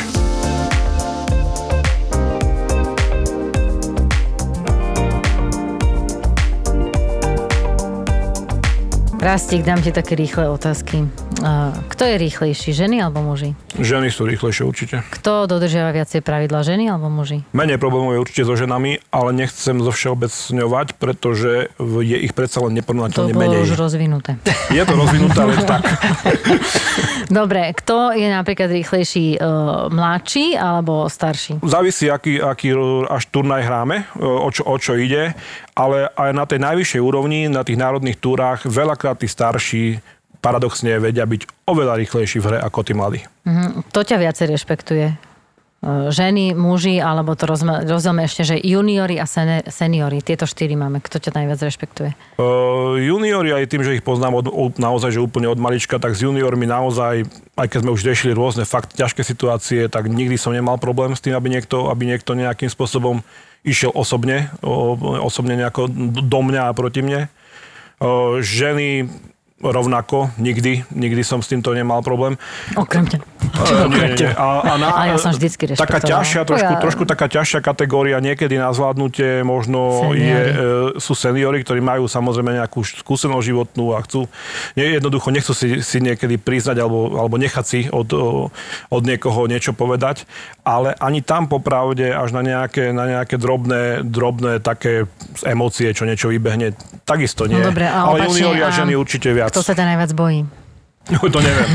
Rastík, dám ti také rýchle otázky. Kto je rýchlejší, ženy alebo muži? Ženy sú rýchlejšie určite. Kto dodržiava viacej pravidla, ženy alebo muži? Menej problémov je určite so ženami, ale nechcem zovšeobecňovať, pretože je ich predsa len neporovnateľne menej. To bolo už rozvinuté. Je to rozvinuté, ale tak. Dobre, kto je napríklad rýchlejší, uh, mladší alebo starší? Závisí, aký, aký až turnaj hráme, o čo, o čo ide, ale aj na tej najvyššej úrovni, na tých národných túrách, veľakrát tí starší paradoxne vedia byť oveľa rýchlejší v hre ako tí mladí. Uh-huh. To ťa viacej rešpektuje? Ženy, muži, alebo to rozdielme ešte, že juniori a seniori, tieto štyri máme. Kto ťa najviac rešpektuje? Uh, juniori aj tým, že ich poznám od, od, naozaj, že úplne od malička, tak s juniormi naozaj, aj keď sme už riešili rôzne fakt ťažké situácie, tak nikdy som nemal problém s tým, aby niekto, aby niekto nejakým spôsobom išiel osobne, osobne nejako do mňa a proti mne. Uh, ženy rovnako, nikdy, nikdy som s týmto nemal problém. Okrem ťa. Uh, nie, nie, nie. A, a, na, a ja som vždycky rešpektovala. Taká ťažšia, trošku, ja... trošku taká ťažšia kategória niekedy na zvládnutie možno je, e, sú seniori, ktorí majú samozrejme nejakú skúsenosť životnú a chcú, nie, jednoducho nechcú si, si niekedy priznať alebo, alebo nechať si od, od niekoho niečo povedať, ale ani tam popravde až na nejaké, na nejaké drobné, drobné také emócie, čo niečo vybehne, takisto nie. No dobre, a ale opačne, juniori a ženy určite viac. Kto sa ťa najviac bojí? No, to neviem.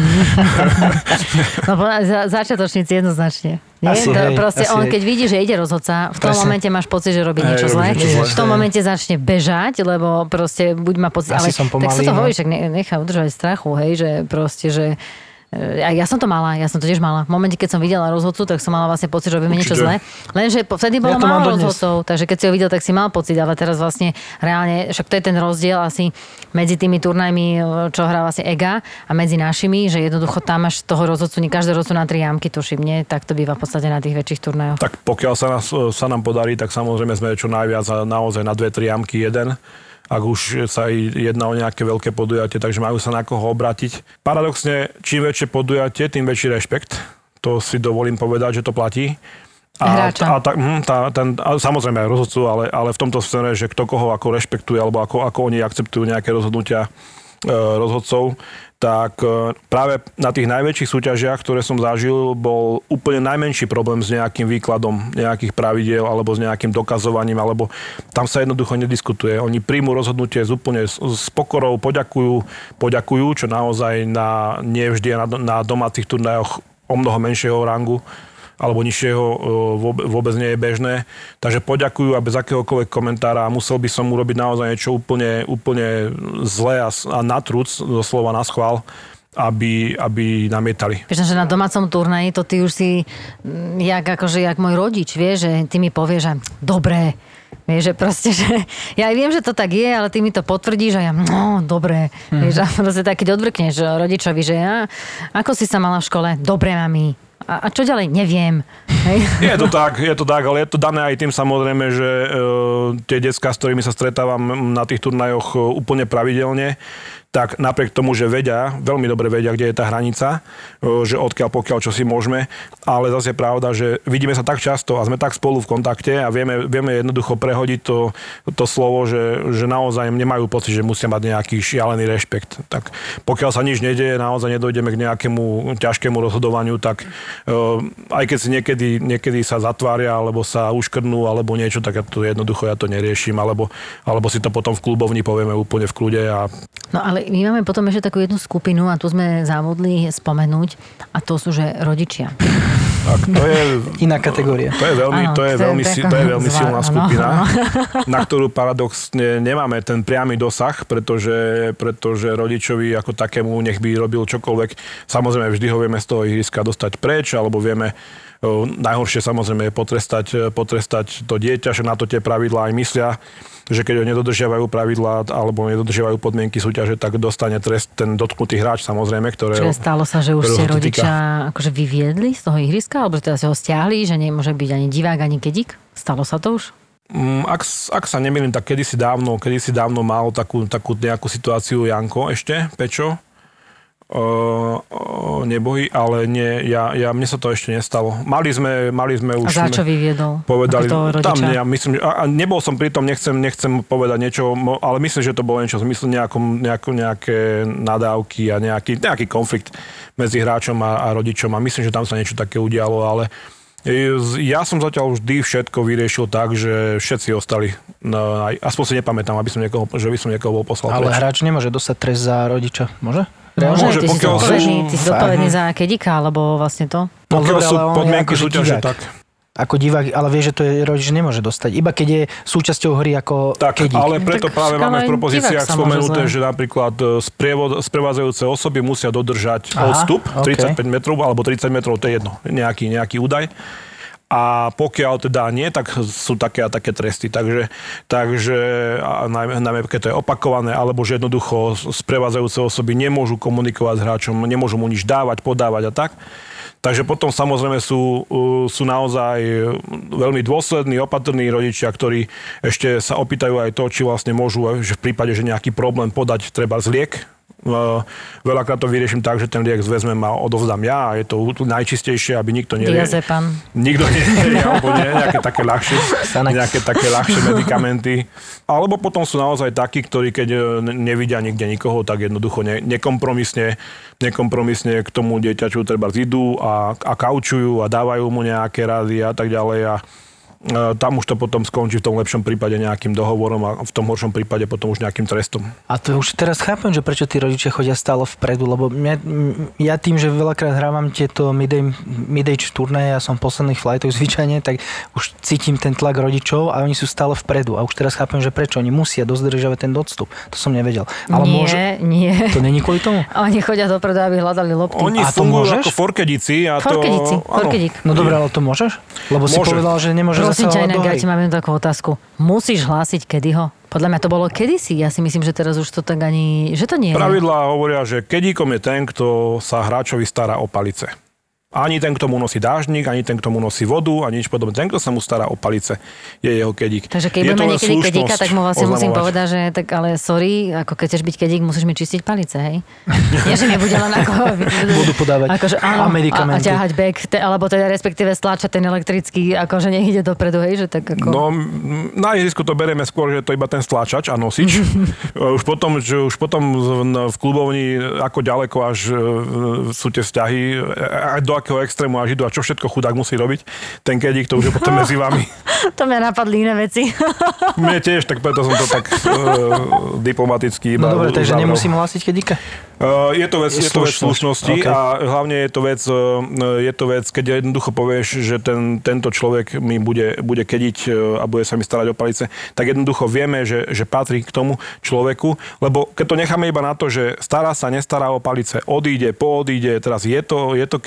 No, za, začiatočníci jednoznačne. Nie? Asi, to, hej, proste asi, on, hej. keď vidí, že ide rozhodca, v tom Presne. momente máš pocit, že robí Hej, niečo robí zlé. niečo zlé. V tom momente začne bežať, lebo proste buď má pocit, Asi ale som tak pomalý, sa to no. hovorí, však nechá udržať strachu, hej, že proste, že a ja som to mala, ja som to tiež mala. V momente, keď som videla rozhodcu, tak som mala vlastne pocit, že robíme niečo zlé. Lenže vtedy bolo Ja to mám málo dodnes. rozhodcov, takže keď si ho videl, tak si mal pocit, ale teraz vlastne reálne, však to je ten rozdiel asi medzi tými turnajmi, čo hrá vlastne E G A a medzi našimi, že jednoducho tam máš toho rozhodcu, nie každý rozhodcu na tri jamky, tuším, nie? Tak to býva v podstate na tých väčších turnajoch. Tak pokiaľ sa, nás, sa nám podarí, tak samozrejme sme čo najviac a naozaj na dve, tri jamky jeden. Ak už sa jedná o nejaké veľké podujatie, takže majú sa na koho obrátiť. Paradoxne, čím väčšie podujatie, tým väčší rešpekt. To si dovolím povedať, že to platí. A, Hráča. a, tá, tá, ten, a samozrejme aj rozhodcu, ale, ale v tomto smere, že kto koho ako rešpektuje, alebo ako, ako oni akceptujú nejaké rozhodnutia e, rozhodcov, tak práve na tých najväčších súťažiach, ktoré som zažil, bol úplne najmenší problém s nejakým výkladom nejakých pravidiel alebo s nejakým dokazovaním, alebo tam sa jednoducho nediskutuje. Oni príjmu rozhodnutie z úplne s, s pokorou, poďakujú, poďakujú, čo naozaj na, nie vždy na, na domácich turnajoch o mnoho menšieho rangu alebo nižšieho vôbec nie je bežné. Takže poďakujú a bez akéhokoľvek komentára. Musel by som urobiť naozaj niečo úplne, úplne zlé a, a natrúc, doslova na schvál, aby, aby namietali. Vieš, že na domácom turnaji to ty už si, jak, akože, jak môj rodič, vieš, že ty mi povieš, že dobré, vieš, že proste, že ja aj viem, že to tak je, ale ty mi to potvrdíš a ja, no, dobré. Hmm. Vieš, a proste tak, keď odvrkneš rodičovi, že ja, ako si sa mala v škole? Dobre, mami. A, a čo ďalej? Neviem. Hej? Je to tak, je to tak, ale je to dané aj tým samozrejme, že e, tie decká, s ktorými sa stretávam na tých turnajoch e, úplne pravidelne, tak napriek tomu, že vedia, veľmi dobre vedia, kde je tá hranica, že odkiaľ pokiaľ čo si môžeme, ale zase je pravda, že vidíme sa tak často a sme tak spolu v kontakte a vieme, vieme jednoducho prehodiť to, to slovo, že, že naozaj nemajú pocit, že musia mať nejaký šialený rešpekt. Tak pokiaľ sa nič nedieje, naozaj nedojdeme k nejakému ťažkému rozhodovaniu, tak aj keď si niekedy, niekedy sa zatvária, alebo sa uškrnú, alebo niečo, tak ja to jednoducho ja to neriešim, alebo, alebo si to potom v klubovni povieme úplne v kľude. A... No ale my máme potom ešte takú jednu skupinu a tu sme závodli spomenúť a to sú, že rodičia. Tak to je... Iná kategória. To je veľmi, ano, to je to veľmi, je to je veľmi zvá... silná ano, skupina, ano. na ktorú paradoxne nemáme ten priamy dosah, pretože, pretože rodičovi ako takému, nech by robil čokoľvek, samozrejme vždy ho vieme z toho ihriska dostať preč, alebo vieme najhoršie samozrejme je potrestať, potrestať to dieťa, že na to tie pravidlá aj myslia, že keď ho nedodržiavajú pravidlá alebo nedodržiavajú podmienky súťaže, tak dostane trest ten dotknutý hráč samozrejme, ktoré... Čiže stalo sa, že už ste rodičia akože vyviedli z toho ihriska, alebo teda si ho stiahli, že nemôže byť ani divák, ani kedík? Stalo sa to už? Ak, ak sa nemýlim, tak kedysi dávno, kedysi dávno mal takú, takú nejakú situáciu Janko ešte, Pečo, Uh, uh, nebohy, ale nie, ja, ja, mne sa to ešte nestalo. Mali sme, mali sme už... A za čo vyviedol? Povedali, tam ja myslím, a, a nebol som pri tom, nechcem, nechcem povedať niečo, ale myslím, že to bolo niečo v zmysle nejakom, nejako, nejaké nadávky a nejaký, nejaký konflikt medzi hráčom a, a rodičom a myslím, že tam sa niečo také udialo, ale ja som zatiaľ vždy všetko vyriešil tak, že všetci ostali. No, aspoň si nepamätám, aby som niekoho, že by som niekoho bol poslal ale preč. hráč nemôže dostať trest za rodiča, môže? Môže, Môže, ty, si zodpovedný, ty si zodpovedný za kedika, alebo vlastne to? Pokiaľ sú podmienky akože súťaže, divák. tak. Ako divák, ale vie, že to je rodič nemôže dostať. Iba keď je súčasťou hry ako tak, kedík. ale preto Tak, práve máme v propozíciách spomenuté, zle. že napríklad sprievod, sprevádzajúce osoby musia dodržať Aha, odstup okay. tridsaťpäť metrov alebo tridsať metrov, to je jedno, nejaký, nejaký údaj. A pokiaľ teda nie, tak sú také a také tresty. Takže, takže a najmä, najmä keď to je opakované, alebo že jednoducho sprevádzajúce osoby nemôžu komunikovať s hráčom, nemôžu mu nič dávať, podávať a tak. Takže potom samozrejme sú, sú naozaj veľmi dôslední, opatrní rodičia, ktorí ešte sa opýtajú aj to, či vlastne môžu, že v prípade, že nejaký problém podať treba liek. Veľakrát to vyrieším tak, že ten liek vezmem a odovzdám ja a je to najčistejšie, aby nikto nevie. Diazepam. Nikto nevie, alebo nie, nejaké také ľahšie, nejaké také ľahšie medikamenty. Alebo potom sú naozaj takí, ktorí keď nevidia nikde nikoho, tak jednoducho ne, nekompromisne, nekompromisne k tomu dieťaču treba zidú a, a kaučujú a dávajú mu nejaké rady a tak ďalej a tam už to potom skončí v tom lepšom prípade nejakým dohovorom a v tom horšom prípade potom už nejakým trestom. A to už teraz chápem, že prečo tí rodičia chodia stále vpredu, lebo mňa, ja tým, že veľakrát hrávam tieto mid-age, mid-age turnaje a som v posledných flightoch zvyčajne, tak už cítim ten tlak rodičov a oni sú stále vpredu. A už teraz chápem, že prečo oni musia dodržiavať ten odstup. To som nevedel. Ale nie, môže... nie. To není kvôli tomu? Oni chodia dopredu, aby hľadali lopty. Oni a to fungujú môžeš? ako forkedici. A Forkedici, to... forkedík. No dobré, ale to môžeš? Lebo si Môže. povedal, že nemôže Prosím ťa, zasahovať do inak ja hry. ti mám jednu takú otázku. Musíš hlásiť kedyho? Podľa mňa to bolo kedysi. Ja si myslím, že teraz už to tak ani... Že to nie je. Pravidlá hovoria, že kedíkom je ten, kto sa hráčovi stará o palice. Ani ten, kto mu nosí dážnik, ani ten, kto mu nosí vodu, ani nič podobné. Ten, kto sa mu stará o palice, je jeho kedík. Takže keď Je to budeme len niekedy slušnosť kedíka, tak mu vlastne musím oznamovať. povedať, že tak ale sorry, ako keď chceš byť kedík, musíš mi čistiť palice, hej? Nie, že mi bude len ako... Vodu podávať akože, áno, a medikamenty. A, a ťahať bek, te, alebo teda respektíve stláčať ten elektrický, akože nech ide dopredu, hej, že tak ako... No, na ihrisku to berieme skôr, že to je iba ten stlačač a nosič. už potom, že už potom v klubovni, ako ďaleko až sú tie vzťahy, aj do akého extrému až idú a čo všetko chudák musí robiť. Ten kedík, to už je potom medzi vami. To mňa napadli iné veci. Mne tiež, tak preto som to tak uh, diplomaticky iba No dobre, takže uzavrel. nemusím hlásiť kedíka? Uh, je to vec, je to vec Slušnosť. slušnosti Okay. a hlavne je to vec, uh, je to vec, keď jednoducho povieš, že ten, tento človek mi bude, bude kediť uh, a bude sa mi starať o palice, tak jednoducho vieme, že, že patrí k tomu človeku, lebo keď to necháme iba na to, že stará sa, nestará o palice, odíde, poodíde, teraz je to, je to kedík, nie je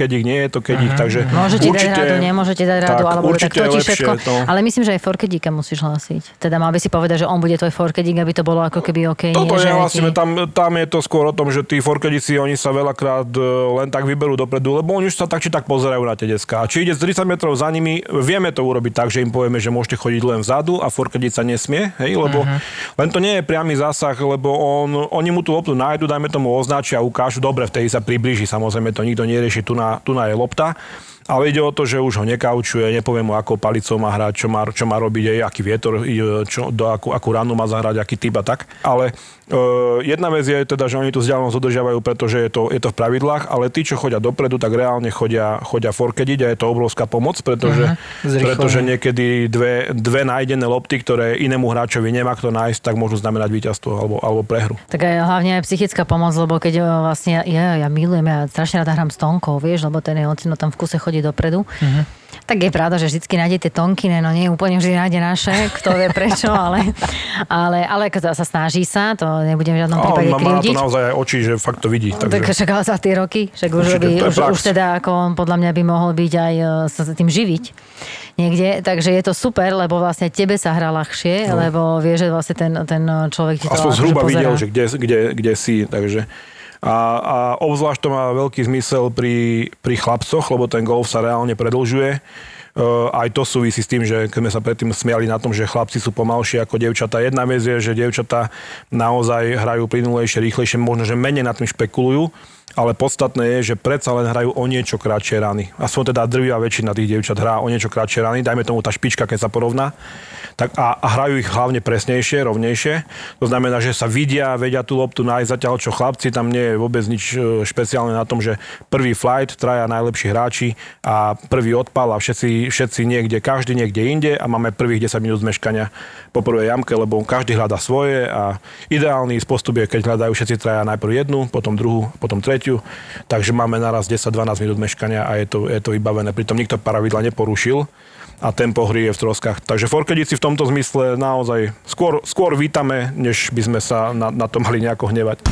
nie je to keď ich, takže Môže ti určite, dať radu, nemôže ti dať radu, tak, alebo tak určite to ti lepšie všetko. to. Ale myslím, že aj forkedíka musíš hlásiť. Teda mal by si povedať, že on bude tvoj forkedík, aby to bolo ako keby OK. Toto nie, že nehlasíme, ti... tam, tam je to skôr o tom, že tí forkedíci, oni sa veľakrát len tak vyberú dopredu, lebo oni už sa tak či tak pozerajú na tie decká. A či ide z tridsať metrov za nimi, vieme to urobiť tak, že im povieme, že môžete chodiť len vzadu a forkediť sa nesmie, hej, lebo uh-huh. len to nie je priamy zásah, lebo on, oni mu tú loptu nájdu, dajme tomu označia a ukážu, dobre, vtedy sa priblíži, samozrejme to nikto nerieši, tu na, tu na je lopta. Ale ide o to, že už ho nekaučuje, nepoviem mu, akou palicou má hrať, čo má, čo má robiť, aj aký vietor, čo, do akú, akú ranu má zahrať, aký typ a tak. Ale e, jedna vec je teda, že oni tú vzdialenosť dodržiavajú, pretože je to, je to v pravidlách, ale tí, čo chodia dopredu, tak reálne chodia, chodia forkediť a je to obrovská pomoc, pretože, uh-huh. pretože niekedy dve, dve nájdené lopty, ktoré inému hráčovi nemá kto nájsť, tak môžu znamenať víťazstvo alebo, alebo prehru. Tak aj hlavne aj psychická pomoc, lebo keď vlastne ja, ja milujem, ja strašne rada hrám s Tonkou, vieš, lebo ten je ocino tam v kuse chodí dopredu. Uh-huh. Tak je pravda, že vždycky nájdete Tonkine, no nie úplne vždy nájde naše, kto vie prečo, ale, ale, ale sa snaží sa, to nebudem v žiadnom prípade krivdiť. Má to naozaj aj oči, že fakt to vidí. Takže... Tak však ale za tie roky, však už, by, už, už teda ako on podľa mňa by mohol byť aj sa tým živiť niekde, takže je to super, lebo vlastne tebe sa hrá ľahšie, no. lebo vieš, že vlastne ten, ten človek ti to aspoň zhruba pozerá. Videl, že kde, kde, kde si, takže... A, a obzvlášť to má veľký zmysel pri, pri chlapcoch, lebo ten golf sa reálne predĺžuje. Uh, aj to súvisí s tým, že keď sme sa predtým smiali na tom, že chlapci sú pomalšie ako dievčatá. Jedna vec je, že dievčatá naozaj hrajú plynulejšie, rýchlejšie, možno, že menej nad tým špekulujú, ale podstatné je, že predsa len hrajú o niečo kratšie rany. Aspoň teda drvivá väčšina tých dievčat hrá o niečo kratšie rany, dajme tomu tá špička, keď sa porovná. Tak a, a hrajú ich hlavne presnejšie, rovnejšie. To znamená, že sa vidia, vedia tú loptu nájsť, zatiaľ čo chlapci, tam nie je vôbec nič špeciálne na tom, že prvý flight, traja najlepší hráči a prvý odpal a všetci, všetci niekde, každý niekde inde a máme prvých desať minút zmeškania po prvej jamke, lebo každý hľadá svoje a ideálny postup je, keď hľadajú všetci traja najprv jednu, potom druhú, potom tretiu. Takže máme naraz desať dvanásť minút meškania a je to, je to vybavené. Pritom nikto pravidla neporušil a tempo hry je v troskách. Takže forkedici v tomto zmysle naozaj skôr, skôr vítame, než by sme sa na, na to mali nejako hnevať.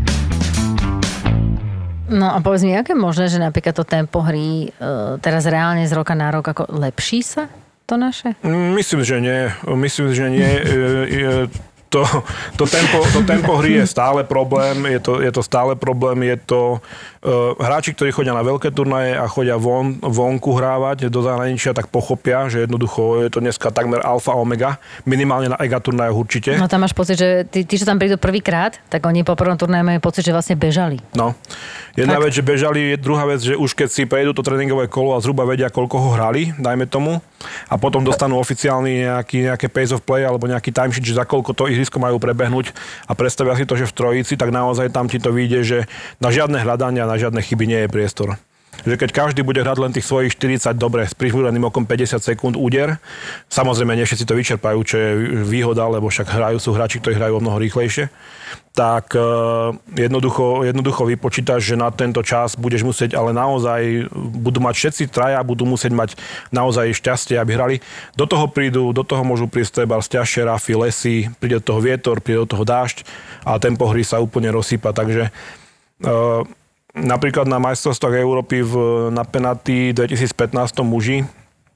No a povedz mi, aké je možné, že napríklad to tempo hry e, teraz reálne z roka na rok ako lepší sa to naše? Myslím, že nie. Myslím, že nie. E, e, To, to, tempo, to tempo hry je stále problém, je to, je to stále problém, je to uh, hráči, ktorí chodia na veľké turnaje a chodia von, vonku hrávať do zahraničia, tak pochopia, že jednoducho je to dneska takmer alfa omega, minimálne na ega turnajoch určite. No tam máš pocit, že tí, tí čo tam prídu prvýkrát, tak oni po prvom turnaji majú pocit, že vlastne bežali. No, jedna tak. vec, že bežali, druhá vec, že už keď si prejdú to tréningové kolo a zhruba vedia, koľko ho hrali, dajme tomu, a potom dostanú oficiálny nejaký, nejaké pace of play alebo nejaký timesheet, že za koľko to ihrisko majú prebehnúť a predstavia si to, že v trojici, tak naozaj tam ti to vyjde, že na žiadne hľadania, na žiadne chyby nie je priestor. Že keď každý bude hrať len tých svojich štyridsať, dobre, s prihľudaným okom päťdesiat sekúnd úder, samozrejme nie všetci to vyčerpajú, čo je výhoda, lebo však hrajú, sú hráči, ktorí hrajú o mnoho rýchlejšie, tak uh, jednoducho, jednoducho vypočítaš, že na tento čas budeš musieť, ale naozaj budú mať všetci traja, budú musieť mať naozaj šťastie, aby hrali. Do toho prídu, do toho môžu prísť treba ťažšie rafy, lesy, príde do toho vietor, príde do toho dážď a tempo hry sa úplne rozsýpa, takže uh, napríklad na majstrovstvách Európy v, na Penaty dvetisícpätnásť muži,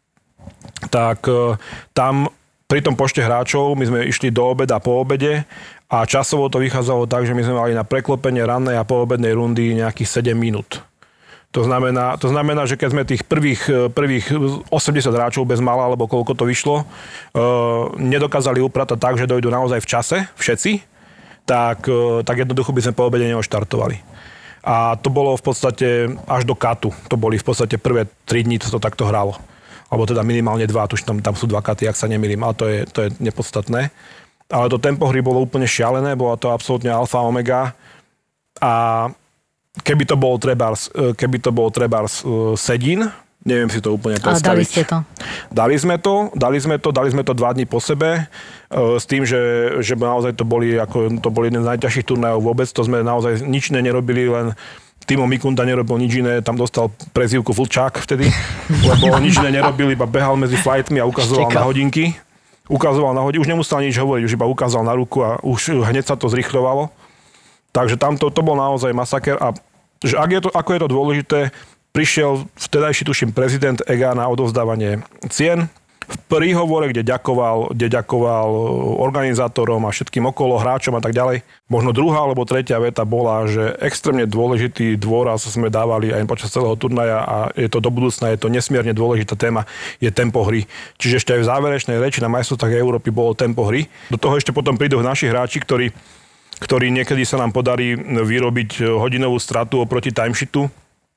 tak uh, tam pri tom počte hráčov my sme išli do obeda po obede a časovo to vychádzalo tak, že my sme mali na preklopenie rannej a poobednej rundy nejakých sedem minút. To znamená, to znamená, že keď sme tých prvých, prvých osemdesiat hráčov bez mala, alebo koľko to vyšlo, uh, nedokázali upratať tak, že dojdú naozaj v čase, všetci, tak, uh, tak jednoducho by sme po obede neoštartovali. A to bolo v podstate až do katu. To boli v podstate prvé tri dni, to, to takto hralo. Alebo teda minimálne dva, tuž tam, tam sú dva katy, ak sa nemýlim, ale to je, to je nepodstatné. Ale to tempo hry bolo úplne šialené, bola to absolútne alfa omega a keby to bol trebárs, keby to bol trebárs Sedín, neviem si to úplne predstaviť. Ale dali ste to. Dali sme to, dali sme to, dali sme to dva dni po sebe, s tým, že, že naozaj to boli, ako, to boli jeden z najťažších turnajov vôbec, to sme naozaj nič nerobili, len Timo Mikunda nerobil nič iné, tam dostal prezývku Vlčák vtedy, lebo nič iné nerobil, iba behal medzi flightmi a ukazoval na hodinky. Ukazoval na hodinky, už nemusel nič hovoriť, už iba ukázal na ruku a už hneď sa to zrýchľovalo. Takže tam to, to bol naozaj masaker a že ak je to, ako je to dôležité, prišiel vtedajší, tuším, prezident é gé á na odovzdávanie cien. V príhovore, kde ďakoval, kde ďakoval organizátorom a všetkým okolo, hráčom a tak ďalej. Možno druhá alebo tretia veta bola, že extrémne dôležitý dôraz sme dávali aj počas celého turnaja a je to do budúcna, je to nesmierne dôležitá téma, je tempo hry. Čiže ešte aj v záverečnej reči na majstrovstvách Európy bolo tempo hry. Do toho ešte potom prídu naši hráči, ktorí, ktorí niekedy sa nám podarí vyrobiť hodinovú stratu oproti timesheetu,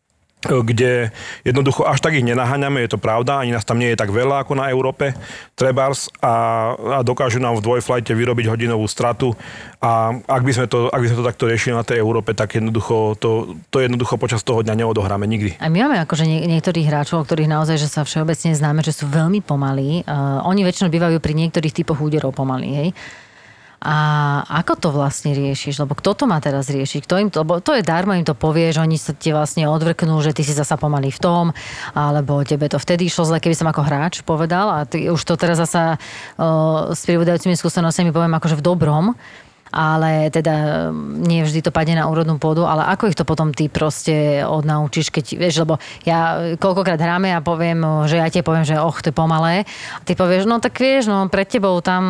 kde jednoducho až tak ich nenaháňame, je to pravda, ani nás tam nie je tak veľa ako na Európe, trebárs, a, a dokážu nám v dvojflajte vyrobiť hodinovú stratu a ak by sme to, ak by sme to takto riešili na tej Európe, tak jednoducho to, to jednoducho počas toho dňa neodohráme nikdy. A my máme akože nie, niektorých hráčov, ktorých naozaj, že sa všeobecne známe, že sú veľmi pomalí. Uh, oni väčšinou bývajú pri niektorých typoch úderov pomalí, hej? A ako to vlastne riešiš? Lebo kto to má teraz riešiť? Kto im to, lebo to je darmo, im to povie, že oni sa ti vlastne odvrknú, že ty si zasa pomalý v tom, alebo tebe to vtedy išlo zle, keby som ako hráč povedal. A ty už to teraz zasa o, s pribúdajúcimi skúsenostiami poviem akože v dobrom. Ale teda nie vždy to padne na úrodnú pôdu, ale ako ich to potom ty proste odnaučíš, keď vieš, lebo ja koľkokrát hráme a poviem, že ja ti poviem, že och, to je pomalé. A ty povieš, no tak vieš, no pred tebou tam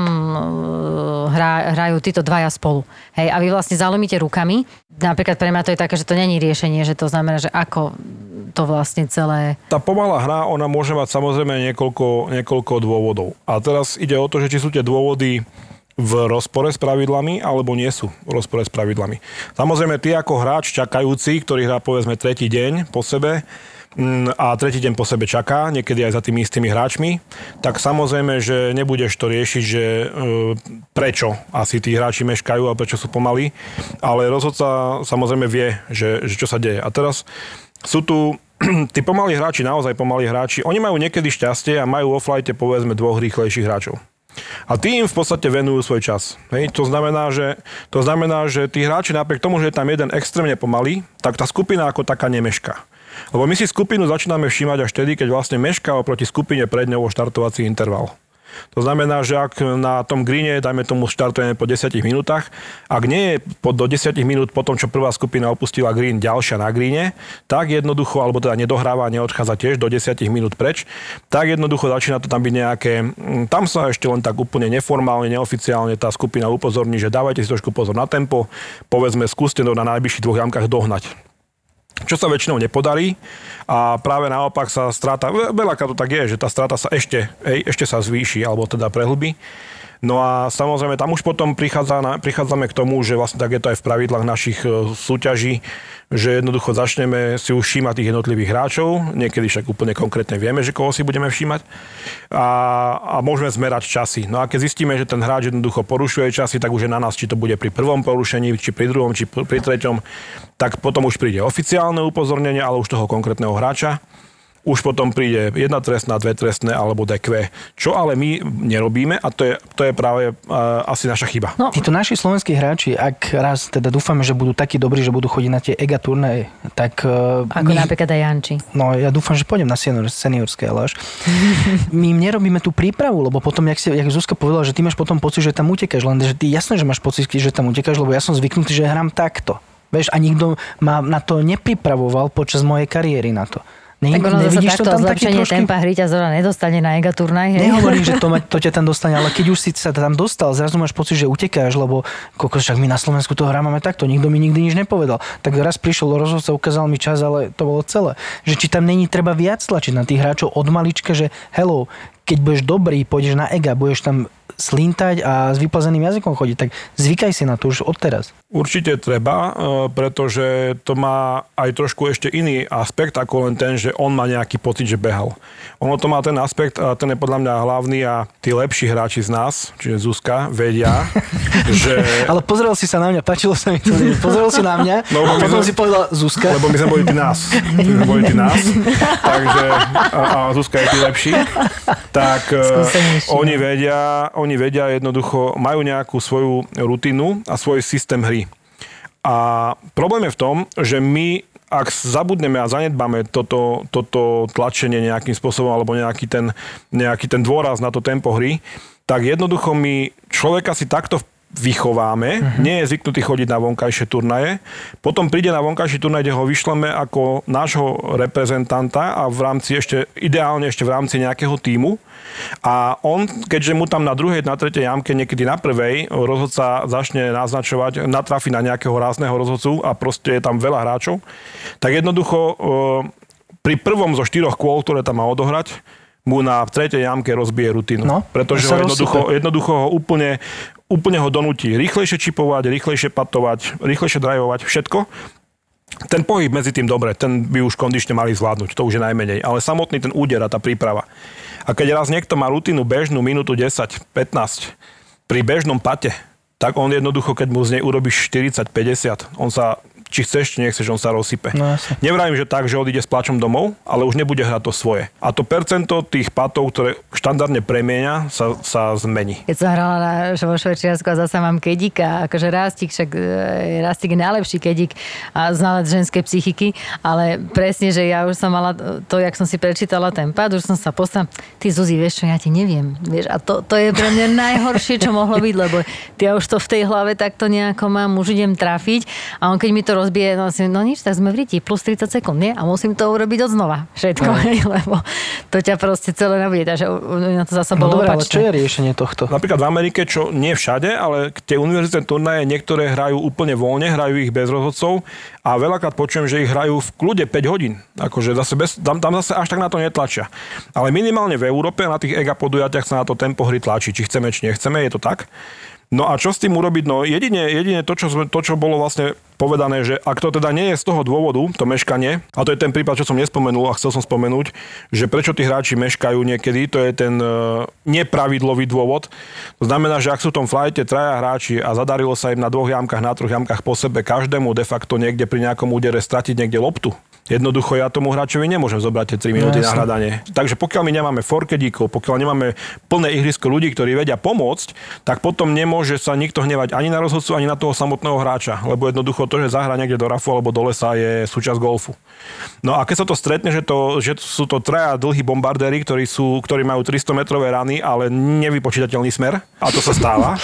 hrá, hrajú títo dvaja spolu. Hej, a vy vlastne zalomíte rukami. Napríklad pre mňa to je také, že to není riešenie, že to znamená, že ako to vlastne celé... Tá pomalá hra, ona môže mať samozrejme niekoľko, niekoľko dôvodov. A teraz ide o to, že či sú tie dôvody v rozpore s pravidlami, alebo nie sú v rozpore s pravidlami. Samozrejme, ty ako hráč čakajúci, ktorý hrá povedzme tretí deň po sebe a tretí deň po sebe čaká, niekedy aj za tými istými hráčmi, tak samozrejme, že nebudeš to riešiť, že e, prečo asi tí hráči meškajú a prečo sú pomalí, ale rozhodca samozrejme vie, že, že čo sa deje. A teraz sú tu tí pomalí hráči, naozaj pomalí hráči, oni majú niekedy šťastie a majú vo flighte povedzme dvoch rýchlejších hráčov. A tí im v podstate venujú svoj čas. Hej? To znamená, že, to znamená, že tí hráči napriek tomu, že je tam jeden extrémne pomalý, tak tá skupina ako taká nemešká. Lebo my si skupinu začíname všímať až vtedy, keď vlastne mešká oproti skupine pred ňou štartovací interval. To znamená, že ak na tom greene, dajme tomu, štartujeme po desiatich minútach, ak nie je po, do desiatich minút po tom, čo prvá skupina opustila green, ďalšia na greene, tak jednoducho, alebo teda nedohráva, neodchádza tiež do desiatich minút preč, tak jednoducho začína to tam byť nejaké, tam sa ešte len tak úplne neformálne, neoficiálne tá skupina upozorní, že dávajte si trošku pozor na tempo, povedzme, skúste to na najbližších dvoch jamkách dohnať. Čo sa väčšinou nepodarí a práve naopak sa strata, veľakrát to tak je, že tá strata sa ešte, ej, ešte sa zvýši alebo teda prehlbí. No a samozrejme tam už potom prichádza, prichádzame k tomu, že vlastne tak je to aj v pravidlách našich súťaží, že jednoducho začneme si už všímať tých jednotlivých hráčov, niekedy však úplne konkrétne vieme, že koho si budeme všímať a, a môžeme zmerať časy. No a keď zistíme, že ten hráč jednoducho porušuje časy, tak už je na nás, či to bude pri prvom porušení, či pri druhom, či pri treťom, tak potom už príde oficiálne upozornenie, ale už toho konkrétneho hráča. Už potom príde jedna trestná, dve trestné alebo dé kvé. Čo ale my nerobíme a to je, to je práve uh, asi naša chyba. No, títo naši slovenskí hráči, ak raz teda dúfame, že budú takí dobrí, že budú chodiť na tie ega turnaje, tak... Uh, Ako my, napríklad aj Janči. No, ja dúfam, že pôjdem na senior, seniorské, ale až. My im nerobíme tú prípravu, lebo potom, jak, si, jak Zuzka povedala, že ty máš potom pocit, že tam utekáš, len že ty jasné, že máš pocit, že tam utekáš, lebo ja som zvyknutý, že hrám takto. Vieš, a nikto ma na to nepripravoval počas mojej kariéry na to. Ne, tak ono zase takto zlepšenie trošky... tempa hry ťa zrovna nedostane na ega turnaj. Nehovorím, že to, ma, to ťa tam dostane, ale keď už si sa tam dostal, zrazu máš pocit, že utekáš, lebo koľko však my na Slovensku to hráme takto, nikto mi nikdy nič nepovedal. Tak raz prišiel rozhodca, ukázal mi čas, ale to bolo celé. Že či tam není treba viac tlačiť na tých hráčov od malička, že hello, keď budeš dobrý, pôjdeš na ega, budeš tam slintať a s vyplazeným jazykom chodiť, tak zvykaj si na to už odteraz. Určite treba, pretože to má aj trošku ešte iný aspekt, ako len ten, že on má nejaký pocit, že behal. Ono to má ten aspekt, a ten je podľa mňa hlavný a tí lepší hráči z nás, čiže Zuzka, vedia, že... Ale pozrel si sa na mňa, páčilo sa mi to. Pozrel si na mňa no, a potom sme... si povedal Zuzka. Lebo my sme boli tí nás. My sme boli tí nás. Takže a, a Zuzka je tí lepší. Tak oni vedia, oni vedia jednoducho, majú nejakú svoju rutinu a svoj systém hry. A problém je v tom, že my, ak zabudneme a zanedbáme toto, toto tlačenie nejakým spôsobom alebo nejaký ten, nejaký ten dôraz na to tempo hry, tak jednoducho my človeka si takto vychováme, uh-huh. nie je zvyknutý chodiť na vonkajšie turnaje, potom príde na vonkajší turnaj, kde ho vyšleme ako nášho reprezentanta a v rámci ešte, ideálne ešte v rámci nejakého tímu a on, keďže mu tam na druhej, na tretej jamke, niekedy na prvej rozhodca začne naznačovať, natrafi na nejakého rázneho rozhodcu a proste je tam veľa hráčov, tak jednoducho e, pri prvom zo štyroch kôl, ktoré tam má odohrať, mu na tretej jamke rozbije rutinu. No, pretože ho jednoducho, jednoducho ho úplne, úplne ho donúti rýchlejšie čipovať, rýchlejšie patovať, rýchlejšie drivovať, všetko. Ten pohyb medzi tým dobre, ten by už kondične mali zvládnuť, to už je najmenej, ale samotný ten úder a tá príprava. A keď raz niekto má rutinu bežnú minútu desať pätnásť pri bežnom pate, tak on jednoducho, keď mu z nej urobíš štyridsať päťdesiat, on sa či chceš, či nechceš, on sa rozsype. No, Nevrajím, že tak, že odíde s plačom domov, ale už nebude hrať to svoje. A to percento tých patov, ktoré štandardne premieňa, sa, sa zmení. Keď som hrala na, vo Švajčiarsku a zasa mám kedíka, akože Rástik, však Rástik je najlepší kedík a znalec ženskej psychiky, ale presne, že ja už som mala to, jak som si prečítala ten pad, už som sa postavila, ty Zuzi, vieš čo, ja ti neviem. Vieš, a to, to je pre mňa najhoršie, čo mohlo byť, lebo ja už to v tej hlave takto nejako mám, už idem trafiť a on keď mi to rozbije, no, no nič, tak sme v riti, plus tridsať sekúnd, nie? A musím to urobiť od znova. Všetko, no. Lebo to ťa proste celé nabije. Takže na to zase bolo no, opačné. Ale čo je riešenie tohto? Napríklad v Amerike, čo nie všade, ale tie univerzitné turnaje niektoré hrajú úplne voľne, hrajú ich bez rozhodcov a veľakrát počujem, že ich hrajú v kľude päť hodín. Akože zase bez, tam, tam zase až tak na to netlačia. Ale minimálne v Európe na tých ega podujatiach sa na to tempo hry tlačí. Či chceme, či nechceme, je to tak. No a čo s tým urobiť? No jedine, jedine to, čo, to, čo bolo vlastne povedané, že ak to teda nie je z toho dôvodu, to meškanie, a to je ten prípad, čo som nespomenul a chcel som spomenúť, že prečo tí hráči meškajú niekedy, to je ten uh, nepravidlový dôvod. To znamená, že ak sú v tom flighte traja hráči a zadarilo sa im na dvoch jamkách, na troch jamkách po sebe každému de facto niekde pri nejakom údere stratiť niekde loptu, jednoducho ja tomu hráčovi nemôžem zobrať tie tri minúty no, na hľadanie. Takže pokiaľ my nemáme forkedíkov, pokiaľ nemáme plné ihrisko ľudí, ktorí vedia pomôcť, tak potom nemôže sa nikto hnevať ani na rozhodcu, ani na toho samotného hráča. Lebo jednoducho to, že zahra niekde do rafu alebo do lesa, je súčasť golfu. No a keď sa to stretne, že, to, že sú to traja dlhí bombardéri, ktorí, sú, ktorí majú tristometrové rany, ale nevypočítateľný smer, a to sa stáva,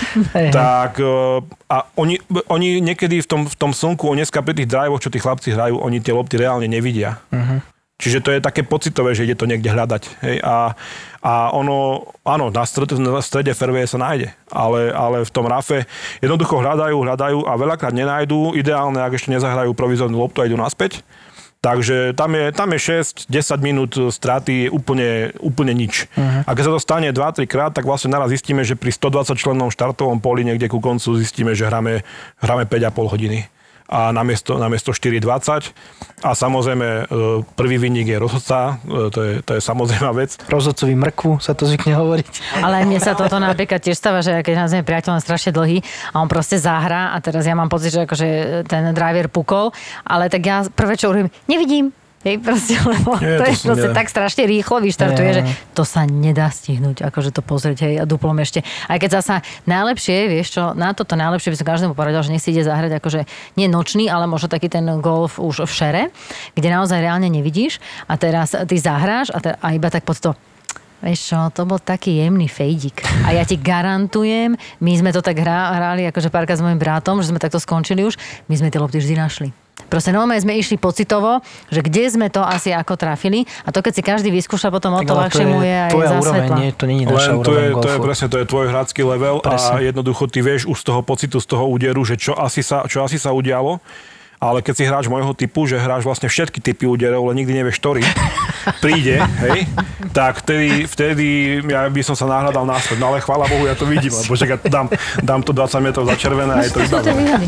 tak a oni, oni niekedy v tom, v tom slnku, dneska pri tých drivoch, čo tí chlapci hrajú, oni tie lopty reálne nevidia. Uh-huh. Čiže to je také pocitové, že ide to niekde hľadať. Hej? A, a ono, áno, na strede, na strede fairwaye sa nájde, ale, ale v tom rafe jednoducho hľadajú, hľadajú a veľakrát nenájdú. Ideálne, ak ešte nezahrajú provizornú loptu a idú naspäť. Takže tam je, tam je šesť desať minút straty, je úplne, úplne nič. Uh-huh. A keď sa to stane dva tri krát, tak vlastne naraz zistíme, že pri stodvadsať člennom štartovom poli niekde ku koncu zistíme, že hráme, hráme päť a pol hodiny. A namiesto, namiesto štyri dvadsať. A samozrejme, prvý vinník je rozhodca, to je, to je samozrejmá vec. Rozhodcovi mrkvu sa to zvykne hovoriť. Ale mne sa toto napríklad tiež stáva, že keď nás je priateľ strašne dlhý a on proste zahrá a teraz ja mám pocit, že akože ten driver pukol, ale tak ja prvé, čo urobím, nevidím. Hej, proste, lebo Nie, to, to je proste tak strašne rýchlo vyštartuje, že to sa nedá stihnúť, akože to pozrieť, hej, a duplom ešte. Aj keď zasa najlepšie, vieš čo, na toto najlepšie by som každému poradil, že nech si ide zahrať akože nie nočný, ale možno taký ten golf už v šere, kde naozaj reálne nevidíš a teraz ty zahráš a, te, a iba tak pod to vieš čo, to bol taký jemný fejdík. A ja ti garantujem, my sme to tak hrá, hrali akože párkrát s mojim bratom, že sme takto skončili už, my sme tie lopty vždy našli. Proste normálne sme išli pocitovo, že kde sme to asi ako trafili a to keď si každý vyskúša potom o to ľahšie mu je aj za svetla. Nie, to nie je naša Len to úroveň je, golfu. to je presne, to je tvoj hráčsky level presne. A jednoducho ty vieš už z toho pocitu, z toho úderu, že čo asi sa, čo asi sa udialo. Ale keď si hráč môjho typu, že hráš vlastne všetky typy úderov, ale nikdy nevieš, ktorý príde, hej, tak vtedy, vtedy ja by som sa nahľadal náspäť. No ale chvála Bohu, ja to vidím, lebo že keď dám, dám to dvadsať metrov za červené a je to vybavené.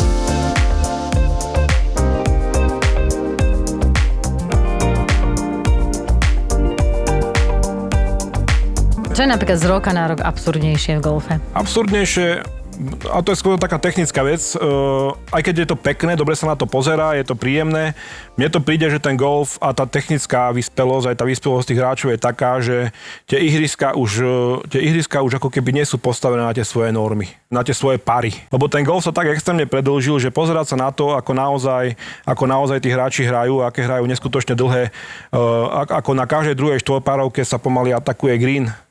Čo je napríklad z roka na rok absurdnejšie v golfe? Absurdnejšie, a to je skôr taká technická vec, uh, aj keď je to pekné, dobre sa na to pozerá, je to príjemné, mne to príde, že ten golf a tá technická vyspelosť, aj tá vyspelosť tých hráčov je taká, že tie ihriska už, tie ihriska už ako keby nie sú postavené na tie svoje normy, na tie svoje pary. Lebo ten golf sa tak extrémne predĺžil, že pozerať sa na to, ako naozaj, ako naozaj tí hráči hrajú, aké hrajú neskutočne dlhé, uh, ako na každej druhej štvorpárovke sa pomaly atakuje green.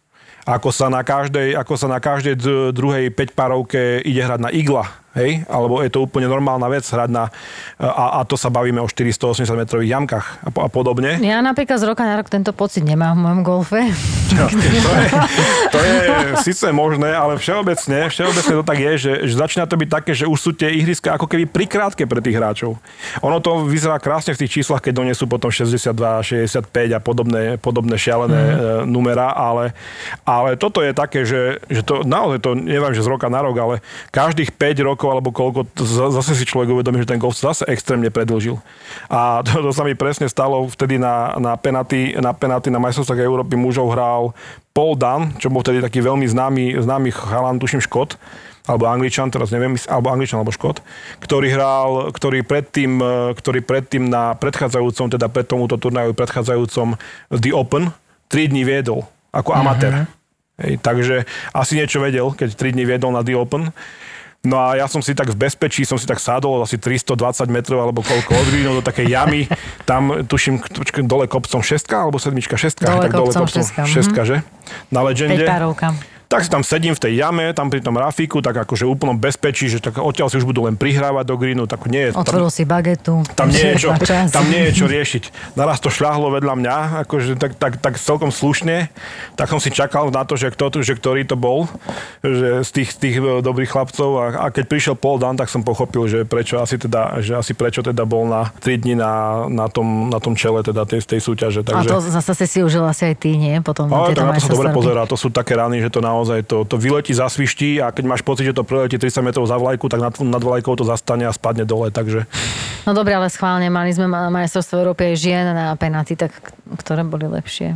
ako sa na každej, ako sa na každej druhej päťpárovke ide hrať na igla. Hej? Alebo je to úplne normálna vec hrať na... A, a to sa bavíme o štyristoosemdesiat metrových jamkách a, a podobne. Ja napríklad z roka na rok tento pocit nemám v mojom golfe. Ja, to, je, to je síce možné, ale všeobecne, všeobecne to tak je, že, že začína to byť také, že už sú tie ihriska ako keby prikrátke pre tých hráčov. Ono to vyzerá krásne v tých číslach, keď donesú potom šesťdesiatdva, šesťdesiatpäť a podobné, podobné šialené mm. numerá, ale, ale toto je také, že, že to naozaj to, neviem, že z roka na rok, ale každých päť rokov alebo koľko, zase si človek uvedomí, že ten golf zase extrémne predĺžil. A to, to sa mi presne stalo vtedy na, na penalty, na penalty na majstrovstvách Európy mužov hral Paul Dunn, čo bol vtedy taký veľmi známy, známy chalan, tuším Škót, alebo Angličan, teraz neviem, alebo Angličan, alebo Škót, ktorý hral, ktorý predtým, ktorý predtým na predchádzajúcom, teda pred tomuto turnaju predchádzajúcom The Open, tri dní viedol, ako amatér. Uh-huh. Hej, takže asi niečo vedel, keď tri dní viedol na The Open. No a ja som si tak v bezpečí, som si tak sadol asi tristodvadsať metrov alebo koľko od greenov do takej jamy. Tam tuším dole kopcom šestka alebo sedmička šestka. Dole tak kopcom, kopcom šestka. šestka, že? Na Legende. päťpárovka. Tak si tam sedím v tej jame, tam pri tom rafíku, tak akože úplnom bezpečí, že tak odtiaľ si už budú len prihrávať do greenu, tak nie je... Otvoril si bagetu. Tam nie je čo, tam nie je čo riešiť. Naraz to šľahlo vedľa mňa, akože tak, tak, tak celkom slušne, tak som si čakal na to, že, kto, že ktorý to bol, že z tých, z tých dobrých chlapcov a, a keď prišiel Paul Dunn, tak som pochopil, že prečo asi teda, že asi prečo teda bol na tri dni na, na, tom, na tom čele teda tej, tej súťaže. Takže... A to zase si užil asi aj ty, nie? Potom na tieto majstrovstvá. To sa dobre pozerá, to sú také rany, že to naozaj to, to vyletí, zasviští a keď máš pocit, že to preletí tridsať metrov za vlajku, tak nad, nad vlajkou to zastane a spadne dole, takže... No dobre, ale schválne, mali sme majstrovstvo Európy aj žien na penalty, tak ktoré boli lepšie?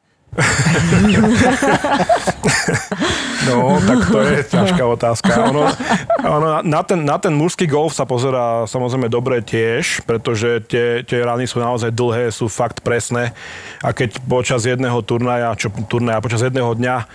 No, tak to je ťažká otázka. Ono, ono, na, ten, na ten mužský golf sa pozerá samozrejme dobre tiež, pretože tie, tie rany sú naozaj dlhé, sú fakt presné a keď počas jedného turnaja, čo turnaja, počas jedného dňa e,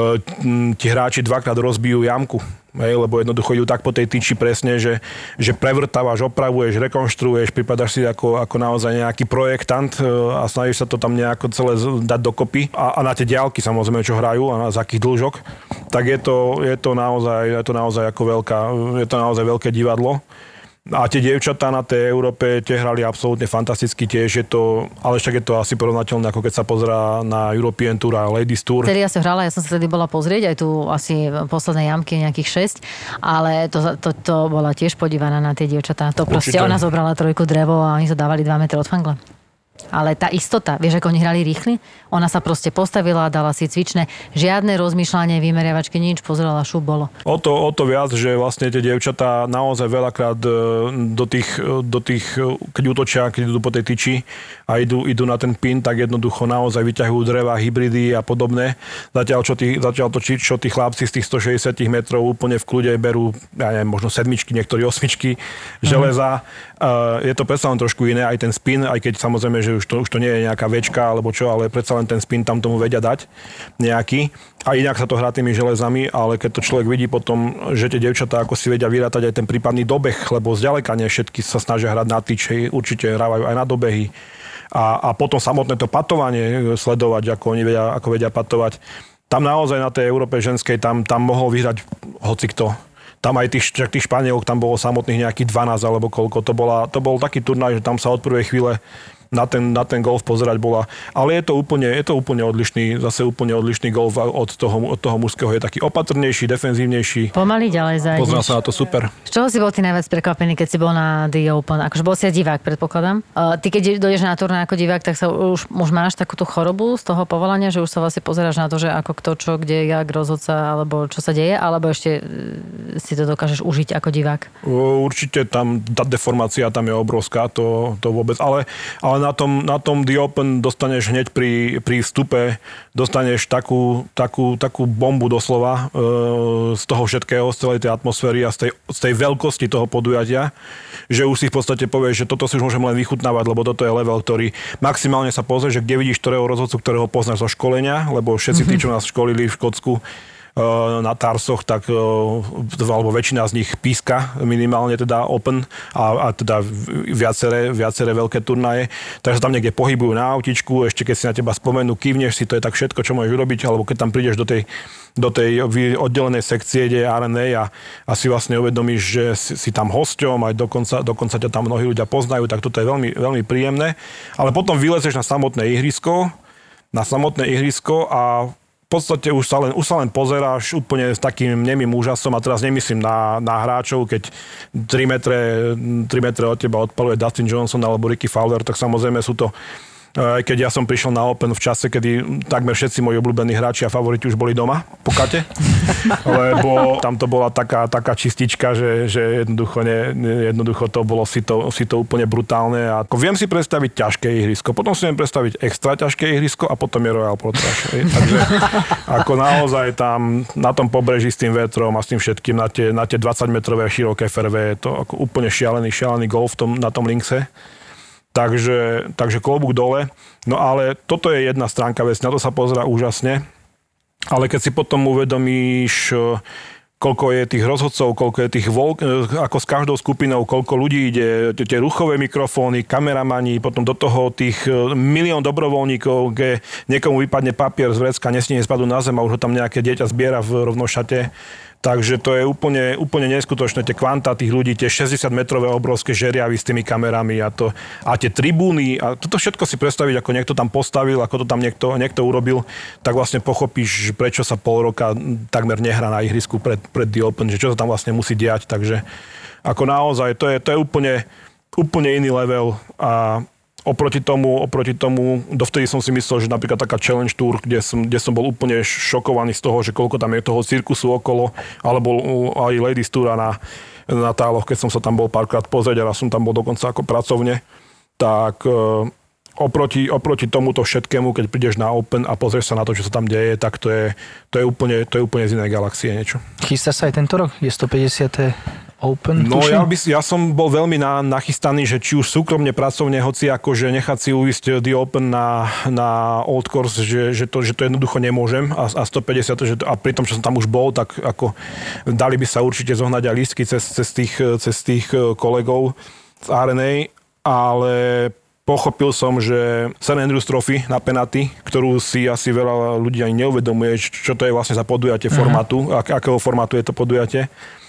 ti hráči dvakrát rozbijú jamku, hej, lebo jednoducho idú tak po tej tyči presne, že, že prevrtávaš, opravuješ, rekonštruuješ, pripadaš si ako, ako naozaj nejaký projektant a snažíš sa to tam nejako celé dať dokopy. A, a na tie diaľky samozrejme, čo hrajú a na z akých dĺžok, tak je to, je to naozaj, je to naozaj ako veľká, je to naozaj veľké divadlo. A tie dievčatá na tej Európe tie hrali absolútne fantasticky tiež, je to, ale však je to asi porovnateľné, ako keď sa pozerá na European Tour a Ladies Tour. Vtedy ja som hrala, ja som sa vtedy bola pozrieť, aj tu asi posledné jamky, nejakých šesť, ale to, to, to bola tiež podívaná na tie dievčatá. To proste určite. Ona zobrala trojku drevo a oni to dávali dva metre od fangla. Ale tá istota, vieš, ako oni hrali rýchli? Ona sa proste postavila, dala si cvičné, žiadne rozmýšľanie, vymeriavačky, nič, pozerala, šup, bolo. O to, o to viac, že vlastne tie dievčatá naozaj veľakrát do tých, do tých, keď útočia, keď idú po tej tyči a idú, idú na ten pin, tak jednoducho naozaj vyťahujú dreva, hybridy a podobné. Zatiaľ, čo tí, zatiaľ to, čo tí chlapci z tých stošesťdesiat metrov úplne v kľude berú, ja neviem, možno sedmičky, niektorí osmičky železa. Mm. Je to predsa len trošku iné, aj ten spin, aj keď samozrejme, že už to, už to nie je nejaká večka alebo čo, ale predsa len ten spin tam tomu vedia dať nejaký. A inak sa to hrá tými železami, ale keď to človek vidí potom, že tie dievčatá ako si vedia vyrátať aj ten prípadný dobeh, lebo zďaleka nie všetky sa snažia hrať na tyč, určite hrávajú aj na dobehy. A, a potom samotné to patovanie sledovať, ako oni vedia, ako vedia patovať. Tam naozaj na tej Európe ženskej, tam, tam mohol vyhrať hocikto. Tam aj tých, tých Španielok, tam bolo samotných nejakých dvanásť alebo koľko. To, bola, to bol taký turnaj, že tam sa od prvej chvíle na ten, na ten golf pozerať bola. Ale je to úplne, je to úplne odlišný, zase úplne odlišný golf od toho, od toho mužského. Je taký opatrnejší, defenzívnejší. Pomaly ďalej zájdeš. Pozná sa na to super. Z čoho si bol ty najviac prekvapený, keď si bol na The Open? Akože bol si aj divák, predpokladám. Uh, ty keď dojdeš na turnaj ako divák, tak sa už, už máš takúto chorobu z toho povolania, že už sa vlastne pozeráš na to, že ako kto, čo, kde, jak, rozhodca, alebo čo sa deje, alebo ešte si to dokážeš užiť ako divák? Určite tam tá deformácia tam je obrovská, to, to vôbec. Ale, ale na tom, na tom The Open dostaneš hneď pri, pri vstupe, dostaneš takú, takú, takú bombu doslova e, z toho všetkého, z celej tej atmosféry a z tej, z tej veľkosti toho podujatia, že už si v podstate povieš, že toto si už môžem len vychutnávať, lebo toto je level, ktorý maximálne sa pozrie, že kde vidíš ktorého rozhodcu, ktorého poznáš zo školenia, lebo všetci tí, čo nás školili v Škótsku, na Tarsoch, tak alebo väčšina z nich píska minimálne teda Open a, a teda viaceré, viaceré veľké turnaje. Takže tam niekde pohybujú na autičku, ešte keď si na teba spomenú, kývneš si, to je tak všetko, čo môžeš urobiť, alebo keď tam prídeš do tej, do tej oddelenej sekcie, kde je er en á a, a si vlastne uvedomíš, že si, si tam hosťom, aj dokonca, dokonca ťa tam mnohí ľudia poznajú, tak toto je veľmi, veľmi príjemné. Ale potom vylezeš na samotné ihrisko, na samotné ihrisko a v podstate už sa len, už sa len pozeráš úplne s takým nemým úžasom a teraz nemyslím na, na hráčov, keď tri metre od teba odpaluje Dustin Johnson alebo Ricky Fowler, tak samozrejme sú to, aj keď ja som prišiel na Open v čase, kedy takmer všetci moji obľúbení hráči a favoriti už boli doma po kate, lebo tam to bola taká, taká čistička, že, že jednoducho, ne, jednoducho to bolo si to, si to úplne brutálne. A viem si predstaviť ťažké ihrisko, potom si viem predstaviť extra ťažké ihrisko a potom je Royal Portage. Takže ako naozaj tam na tom pobreží s tým vetrom a s tým všetkým na tie, na tie dvadsaťmetrové široké fairway je to ako úplne šialený, šialený golf tom, na tom linkse. Takže, takže klobúk dole. No ale toto je jedna stránka vec, na to sa pozerá úžasne. Ale keď si potom uvedomíš, koľko je tých rozhodcov, koľko je tých voľk, ako s každou skupinou, koľko ľudí ide, tie ruchové mikrofóny, kameramani, potom do toho tých milión dobrovoľníkov, kde niekomu vypadne papier z vrecka, nesmie spadnúť na zem a už ho tam nejaké dieťa zbiera v rovnošate. Takže to je úplne, úplne neskutočné, tie kvanta tých ľudí, tie šesťdesiatmetrové obrovské žeriavy s tými kamerami a, to, a tie tribúny a toto všetko si predstaviť, ako niekto tam postavil, ako to tam niekto, niekto urobil, tak vlastne pochopíš, prečo sa pol roka takmer nehrá na ihrisku pred, pred The Open, že čo sa tam vlastne musí diať, takže ako naozaj, to je, to je úplne, úplne iný level a Oproti tomu, oproti tomu, dovtedy som si myslel, že napríklad taká challenge tour, kde som, kde som bol úplne šokovaný z toho, že koľko tam je toho cirkusu okolo, alebo aj ladies tour na, na Táloch, keď som sa tam bol párkrát pozrieť a raz som tam bol dokonca ako pracovne, tak e, oproti, oproti tomuto všetkému, keď prídeš na Open a pozrieš sa na to, čo sa tam deje, tak to je, to je, úplne, to je úplne z inej galaxie niečo. Chystá sa aj tento rok? Je stopäťdesiate Open? No ja, by, ja som bol veľmi na, nachystaný, že či už súkromne, pracovne, hoci akože nechať si uísť The Open na, na Old Course, že, že, to, že to jednoducho nemôžem a, a stopäťdesiat, že to, a pri tom, čo som tam už bol, tak ako dali by sa určite zohnať aj lístky cez, cez, tých, cez tých kolegov z er en á, ale pochopil som, že Saint Andrews Trophy na penaty, ktorú si asi veľa ľudí ani neuvedomuje, čo to je vlastne za podujatie formátu, uh-huh. ak, akého formátu je to podujatie,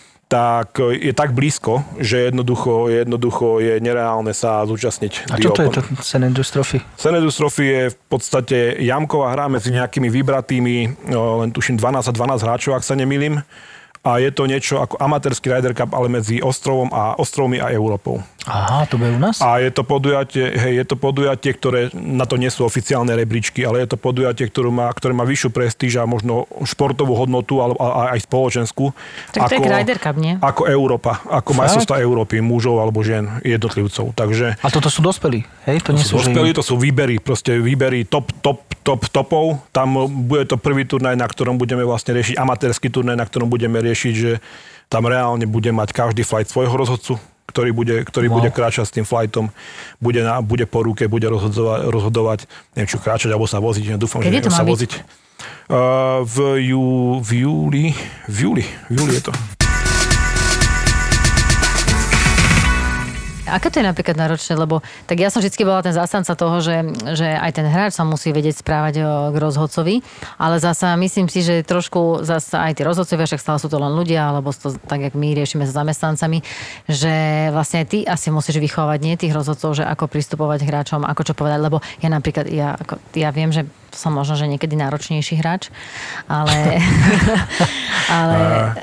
tak je tak blízko, že jednoducho, jednoducho je nereálne sa zúčastniť. A čo to je to Saint Andrews Trophy? Saint Andrews Trophy je v podstate jamková hra medzi nejakými vybratými, len tuším dvanásť a dvanásť hráčov, ak sa nemýlim. A je to niečo ako amatérsky Ryder Cup, ale medzi ostrovom a ostrovmi a Európou. Aha, to bude u nás? A je to podujatie, hej, je to podujatie, ktoré na to nie sú oficiálne rebríčky, ale je to podujatie, ktoré má, ktoré má vyššiu prestíž a možno športovú hodnotu, ale aj spoločenskú. Tak to je Ryder Cup, nie? Ako Európa, ako majstrovstvá Európy, mužov alebo žien, jednotlivcov. Takže, a toto sú dospelí, hej? To, to nie sú dospelí, to sú výbery, proste výbery top, top, top, topov. Tam bude to prvý turnaj, na ktorom budeme vlastne riešiť, amatérsky turnaj, na ktorom budeme riešiť, že tam reálne bude mať každý flight svojho rozhodcu, ktorý bude, ktorý wow. bude kráčať s tým flightom, bude, na, bude po ruke, bude rozhodovať, rozhodovať, neviem, čo kráčať, alebo sa voziť, dúfam, Kedy že sa byť? voziť. Uh, v, jú, v júli, v júli, v júli je to. Aké to je napríklad náročné, lebo tak ja som vždy bola ten zástanca toho, že, že aj ten hráč sa musí vedieť správať k rozhodcovi, ale zasa myslím si, že trošku zasa aj tí rozhodcovia, však stále sú to len ľudia, alebo to, tak jak my riešime sa zamestnancami, že vlastne ty asi musíš vychovať nie tých rozhodcov, že ako pristupovať k hráčom, ako čo povedať, lebo ja napríklad, ja, ako, ja viem, že som možno, že niekedy náročnejší hráč, ale ale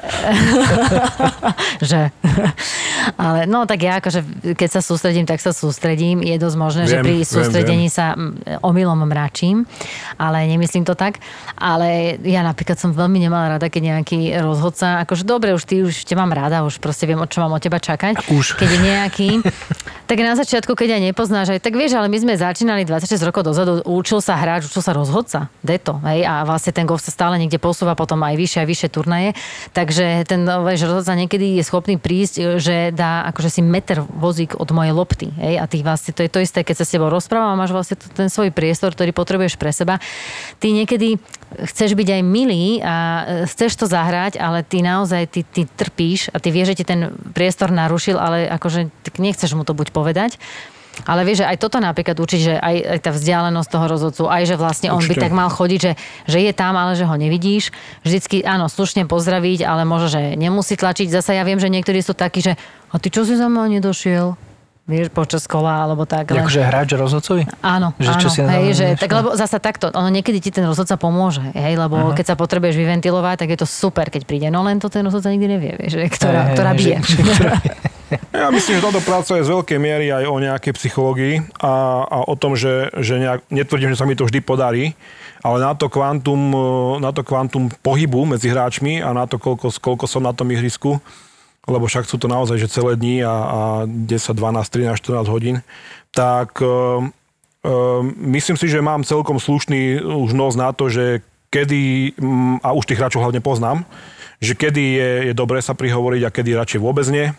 že ale no tak ja akože keď sa sústredím, tak sa sústredím. Je dosť možné, viem, že pri sústredení viem, viem. sa omylom mračím, ale nemyslím to tak. Ale ja napríklad som veľmi nemala rada, keď nejaký rozhodca, akože dobre, už ty už te mám rada, už proste viem, čo mám od teba čakať. Už. Keď je nejaký, tak na začiatku, keď aj nepoznáš, aj tak vieš, ale my sme začínali dvadsaťšesť rokov dozadu, učil sa hráč, učil sa rozhodca, deto, hej, a vlastne ten golf sa stále niekde posúva, potom aj vyššie a vyššie turnaje, takže ten vieš, rozhodca niekedy je schopný prísť, že dá akože si meter vozík od mojej lopty, hej, a ty vlastne, to je to isté, keď sa s tebou rozprávam a máš vlastne ten svoj priestor, ktorý potrebuješ pre seba. Ty niekedy chceš byť aj milý a chceš to zahrať, ale ty naozaj, ty, ty trpíš a ty vieš, že ti ten priestor narušil, ale akože tak nechceš mu to buď povedať. Ale vieš, že aj toto napríklad určite, že aj, aj tá vzdialenosť toho rozhodcu, aj že vlastne on určite by tak mal chodiť, že, že je tam, ale že ho nevidíš. Vždycky, áno, slušne pozdraviť, ale možno, že nemusí tlačiť. Zasa ja viem, že niektorí sú takí, že a ty čo si za mňa nedošiel? Vieš, počas kola, alebo tak. Len... Akože hráč rozhodcovi? Áno, že áno. Čo si hej, že, tak lebo zasa takto, ono niekedy ti ten rozhodca pomôže, hej, lebo uh-huh. keď sa potrebuješ vyventilovať, tak je to super, keď príde. No len to ten rozhodca nikdy nevie, vieš, že, ktorá, hey, ktorá bije. Že, ktorá... Ja myslím, že táto práca je z veľkej miery aj o nejakej psychológii a, a o tom, že, že nejak, netvrdím, že sa mi to vždy podarí, ale na to kvantum, na to kvantum pohybu medzi hráčmi a na to, koľko, koľko som na tom ihrisku, lebo však sú to naozaj že celé dni a, a desať, dvanásť, trinásť, štrnásť hodín, tak e, e, myslím si, že mám celkom slušný už nos na to, že kedy, a už tých hráčov hlavne poznám, že kedy je, je dobré sa prihovoriť a kedy radšej vôbec nie.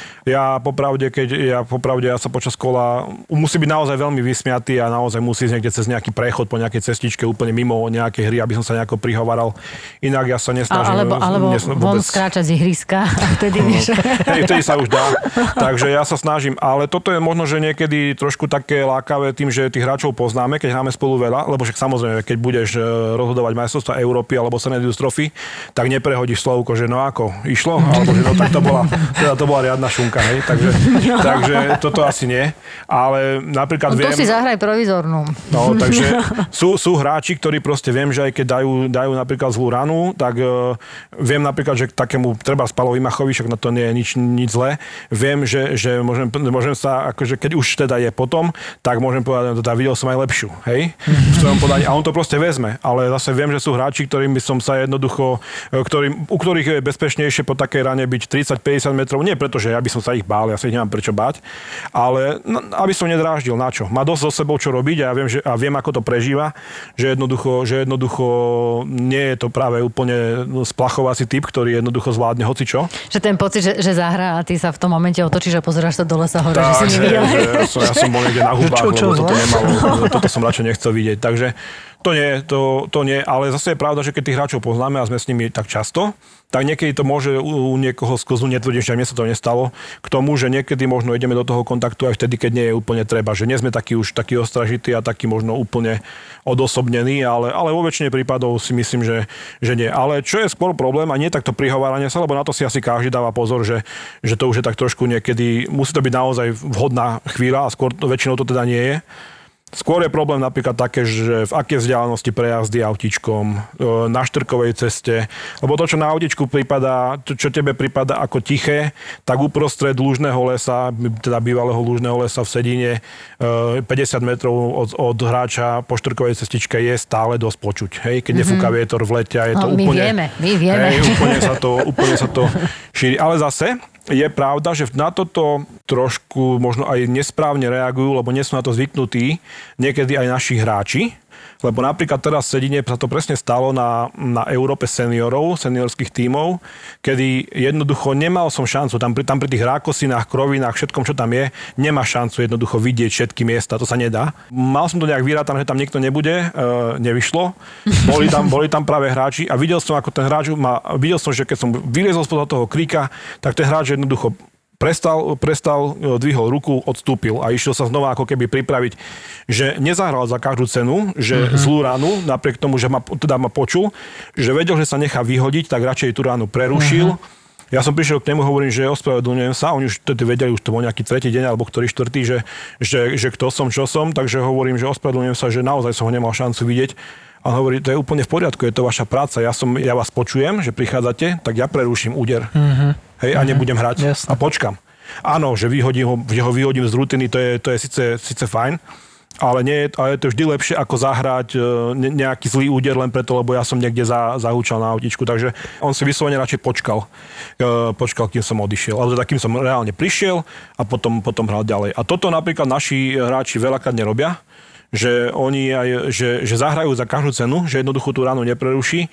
Ja popravde, keď ja popravde, ja sa počas kola musí byť naozaj veľmi vysmiatý a naozaj musí ísť niekde cez nejaký prechod po nejakej cestičke úplne mimo nejakej hry, aby som sa nejako prihovaral. Inak ja sa nesnažím. Alebo, alebo nesnažím von vôbec... skráčať z ihriska a vtedy vieš. Hej, vtedy sa už dá. Takže ja sa snažím. Ale toto je možno, že niekedy trošku také lákavé tým, že tých hráčov poznáme, keď hráme spolu veľa, lebo však samozrejme, keď budeš rozhodovať majstrovstvá Európy alebo Senedius Trophy, tak neprehodíš slovko, že no ako, išlo? Alebo že no tak to bola, teda to bola riadna šunka, hej? Takže, takže toto asi nie. Ale napríklad no, to viem... si zahraj provizornú. No, takže sú, sú hráči, ktorí proste viem, že aj keď dajú, dajú napríklad zlú ranu, tak uh, viem napríklad, že k takému treba Spalovi Machovi, však na to nie je nič, nič zlé. Viem, že, že môžem, môžem sa, akože keď už teda je potom, tak môžem povedať, teda videl som aj lepšiu, hej? V svojom podaní. A on to proste vezme. Ale zase viem, že sú hráči, ktorým by som sa jednoducho, ktorým, u ktorých je bezpečnejšie po takej rane byť tridsať päťdesiat metrov. Nie preto, že ja by som sa ich bál, ja sa ich nemám prečo báť, ale no, aby som nedráždil, na čo? Má dosť so sebou čo robiť a ja viem, že, a viem, ako to prežíva, že jednoducho, že jednoducho nie je to práve úplne splachovací typ, ktorý jednoducho zvládne hocičo. Že ten pocit, že, že zahrá a ty sa v tom momente otočíš a pozeráš sa do lesa hore, tak, že si nevidel. Že, že ja, som, ja som bol niekde na hubách, čo, čo, lebo toto nemalo, toto som radšej nechcel vidieť. Takže to nie, to, to nie, ale zase je pravda, že keď tých hráčov poznáme a sme s nimi tak často, tak niekedy to môže u niekoho sklznúť, netvrdím, že mne sa to nestalo, k tomu, že niekedy možno ideme do toho kontaktu aj vtedy, keď nie je úplne treba, že nie sme takí už takí ostražití a takí možno úplne odosobnení, ale, ale vo väčšine prípadov si myslím, že, že nie. Ale čo je skôr problém a nie takto prihováranie sa, lebo na to si asi každý dáva pozor, že, že to už je tak trošku niekedy, musí to byť naozaj vhodná chvíľa a skôr väčšinou to teda nie je. Skôr je problém napríklad také, že v aké vzdialenosti prejazdy autíčkom, na štrkovej ceste, lebo to, čo na autíčku prípada, to, čo tebe prípada ako tiché, tak uprostred lúžneho lesa, teda bývalého lúžneho lesa v Sedine, päťdesiat metrov od, od hráča po štrkovej cestičke je stále dosť počuť. Hej? Keď mm-hmm. nefúka vietor v lete a je to no, úplne... My vieme, my vieme. Hej, úplne sa to, úplne sa to šíri. Ale zase je pravda, že na toto trošku možno aj nesprávne reagujú, lebo nie sú na to zvyknutí niekedy aj naši hráči. Lebo napríklad teraz v Sedine sa to presne stalo na, na Európe seniorov, seniorských tímov, kedy jednoducho nemal som šancu, tam pri, tam pri tých rákosinách, krovinách, všetkom, čo tam je, nemá šancu jednoducho vidieť všetky miesta, to sa nedá. Mal som to nejak vyrátané, že tam niekto nebude, e, nevyšlo. Boli tam, boli tam práve hráči a videl som, ako ten hráč ma, videl som, že keď som vyliezol spod toho kríka, tak ten hráč jednoducho Prestal, prestal, dvihol ruku, odstúpil a išiel sa znova ako keby pripraviť, že nezahral za každú cenu, že mm-hmm. zlú ránu, napriek tomu, že ma, teda ma počul, že vedel, že sa nechá vyhodiť, tak radšej tú ránu prerušil. Mm-hmm. Ja som prišiel k nemu, hovorím, že ospravedlňujem sa, oni už tedy vedeli, už to bol nejaký tretí deň alebo ktorý štvrtý, že, že, že kto som, čo som, takže hovorím, že ospravedlňujem sa, že naozaj som ho nemal šancu vidieť. A on hovorí, to je úplne v poriadku, je to vaša práca, ja, som, ja vás počujem, že prichádzate, tak ja preruším úder. Mm-hmm. Hej, a nebudem hrať Jasne. a počkam. Áno, že vyhodím ho, že ho vyhodím z rutiny, to je, to je síce, síce fajn, ale, nie, ale je to vždy lepšie, ako zahrať ne, nejaký zlý úder len preto, lebo ja som niekde za, zahúčal na autičku. Takže on si vyslovene radšej počkal, počkal, kým som odišiel. Ale teda kým som reálne prišiel a potom, potom hral ďalej. A toto napríklad naši hráči veľakrát nerobia, že oni aj, že, že zahrajú za každú cenu, že jednoducho tú ránu nepreruší.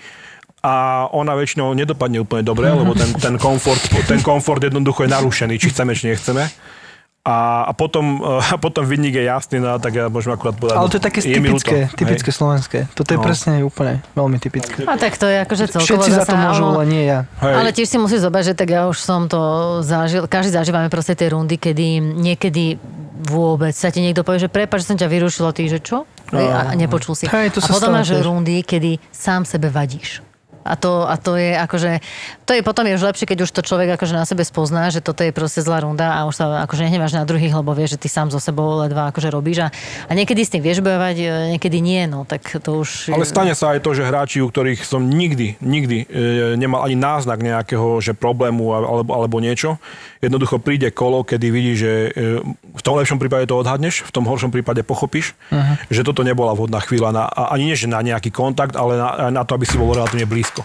A ona väčšinou nedopadne úplne dobre, lebo ten, ten, komfort, ten komfort jednoducho je narušený, či chceme, či nechceme. A, a potom, a potom vinník je jasný, no tak ja môžem akurát povedať. Ale to je také je typické, ľúto, typické slovenské. Toto je No. presne úplne veľmi typické. A tak to je akože celkovo Všetci za to zasa, môžu, áno. ale nie ja. Hej. Ale tiež si musí zobrať, že tak ja už som to zažil, každý zažívame proste tie rundy, kedy niekedy vôbec sa ti niekto povie, že prepáč, že som ťa vyrušila, ty, že čo? A, a nepočul si. Hej, to a sa potom stane máš tiež. rundy, kedy sám sebe vadíš. A to, a to je akože, to je potom je už lepšie, keď už to človek akože na sebe spozná, že toto je proste zlá runda a už sa akože nehneváš na druhých, lebo vieš, že ty sám so sebou ledva akože robíš a, a niekedy s tým vieš bojovať, niekedy nie, no tak to už... Ale stane sa aj to, že hráči, u ktorých som nikdy, nikdy e, nemal ani náznak nejakého že problému alebo, alebo niečo, jednoducho príde kolo, kedy vidí, že e, v tom lepšom prípade to odhadneš, v tom horšom prípade pochopíš, uh-huh. že toto nebola vhodná chvíľa, na, ani nie že na nejaký kontakt, ale na, na to, aby si bol relatívne blízko.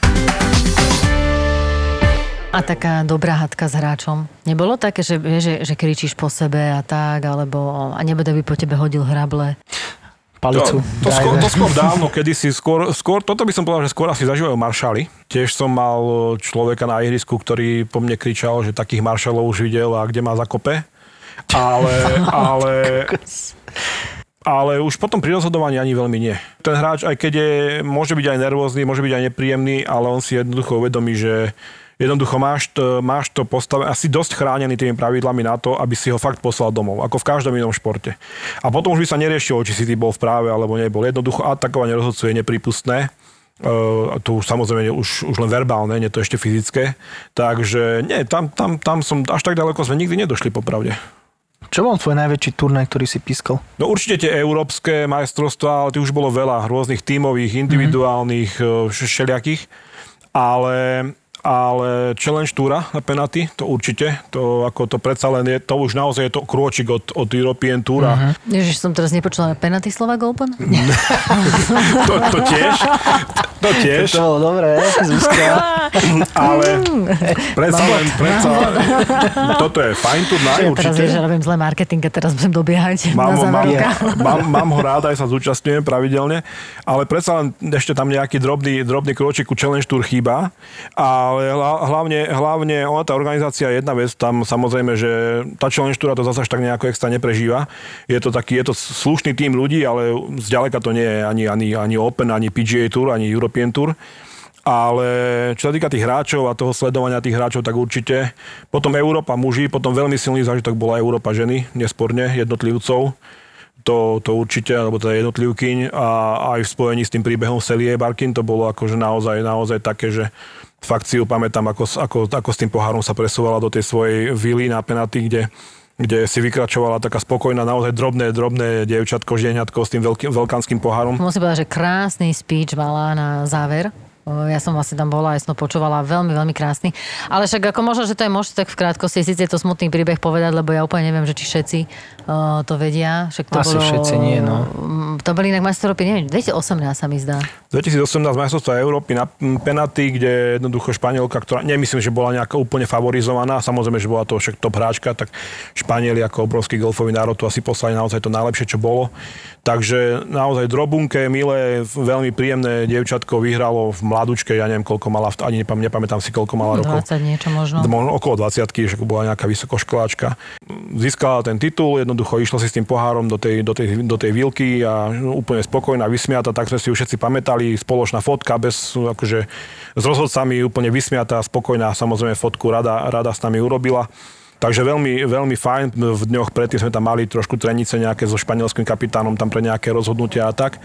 A taká dobrá hádka s hráčom. Nebolo také, že, že, že kričíš po sebe a tak, alebo a nebude by po tebe hodil hrable? Palicu. To, to, skôr, to skôr dávno, kedysi, skôr, skôr, toto by som povedal, že skôr asi zažívajú maršali. Tiež som mal človeka na ihrisku, ktorý po mne kričal, že takých maršalov už videl a kde má zakope. Ale, ale, ale už potom pri rozhodovaní ani veľmi nie. Ten hráč, aj keď je, môže byť aj nervózny, môže byť aj nepríjemný, ale on si jednoducho uvedomí, že jednoducho máš to, máš to postavené, asi dosť chránený tými pravidlami na to, aby si ho fakt poslal domov, ako v každom inom športe. A potom už by sa neriešilo, či si ty bol v práve alebo nebol. Jednoducho atakovanie rozhodcu je nepripustné. Uh, to už samozrejme už, už len verbálne, nie to ešte fyzické. Takže nie, tam, tam, tam som až tak ďaleko sme nikdy nedošli popravde. Čo bol tvoj najväčší turnaj, ktorý si pískal? No určite tie európske majstrovstvá, ale tých už bolo veľa, rôznych tímových, individuálnych, mm-hmm. všelijakých. Ale... Ale challenge túra na penalty, to určite, to ako to predsa len je, to už naozaj je to krôčik od, od European Toura. Uh-huh. Ježiš, som teraz nepočula penalty Slovak Open? to, to tiež, to tiež. To bolo dobré, Zuzka. Ale predsa len, predsa toto je fajn turnaj, Teraz určite. vieš, že robím zlé marketing a teraz budem dobiehať Mám, na ho- mám, záverka. mám, mám ho rád, aj sa zúčastňujem pravidelne, ale predsa len ešte tam nejaký drobný, drobný krôčik ku Challenge Tour chýba. Ale hlavne, hlavne ona, tá organizácia je jedna vec, tam samozrejme, že tá Challenge Tour to zase až tak nejako extra neprežíva. Je to taký, je to slušný tím ľudí, ale zďaleka to nie je ani, ani, ani Open, ani P G A Tour, ani European Tour. Ale čo sa týka tých hráčov a toho sledovania tých hráčov, tak určite. Potom Európa muži, potom veľmi silný zážitok bola Európa ženy, nesporne, jednotlivcov. To, to určite, alebo teda jednotlivkyň a aj v spojení s tým príbehom Celie Barkin, to bolo akože naozaj, naozaj také, že fakt si ju pamätám, ako, ako, ako s tým pohárom sa presúvala do tej svojej vily na penalty, kde, kde si vykračovala taká spokojná, naozaj drobné, drobné dievčatko, žieňatko s tým veľkým, veľkánskym pohárom. Musím povedať, že krásny speech mala na záver. Ja som vlastne tam bola, aj som počúvala, veľmi, veľmi krásny. Ale však ako možno, že to je možno tak v krátkosti, síce je to smutný príbeh povedať, lebo ja úplne neviem, že či všetci uh, to vedia. Však to Asi bolo, všetci nie, no. To boli inak majstrovstvá Európy, neviem, dvetisícosemnásť sa mi zdá. dvetisícosemnásť majstrovstvá Európy na penalty, kde jednoducho Španielka, ktorá nemyslím, že bola nejaká úplne favorizovaná, samozrejme, že bola to však top hráčka, tak Španieli ako obrovský golfový národ to asi poslali naozaj to najlepšie, čo bolo. Takže naozaj drobunké, milé, veľmi príjemné dievčatko vyhralo v mladučke, ja neviem, koľko mala, ani nepam, nepamätám si, koľko mala rokov. dvadsať niečo možno. Možno okolo dvadsiatky, že bola nejaká vysokoškoláčka. Získala ten titul, jednoducho išla si s tým pohárom do tej, do tej, do tej vilky a úplne spokojná, vysmiata, tak sme si ju všetci pamätali, spoločná fotka, bez, akože, s rozhodcami úplne vysmiatá, spokojná, samozrejme fotku rada, rada s nami urobila. Takže veľmi, veľmi fajn. V dňoch predtým sme tam mali trošku trenice nejaké so španielským kapitánom tam pre nejaké rozhodnutia a tak.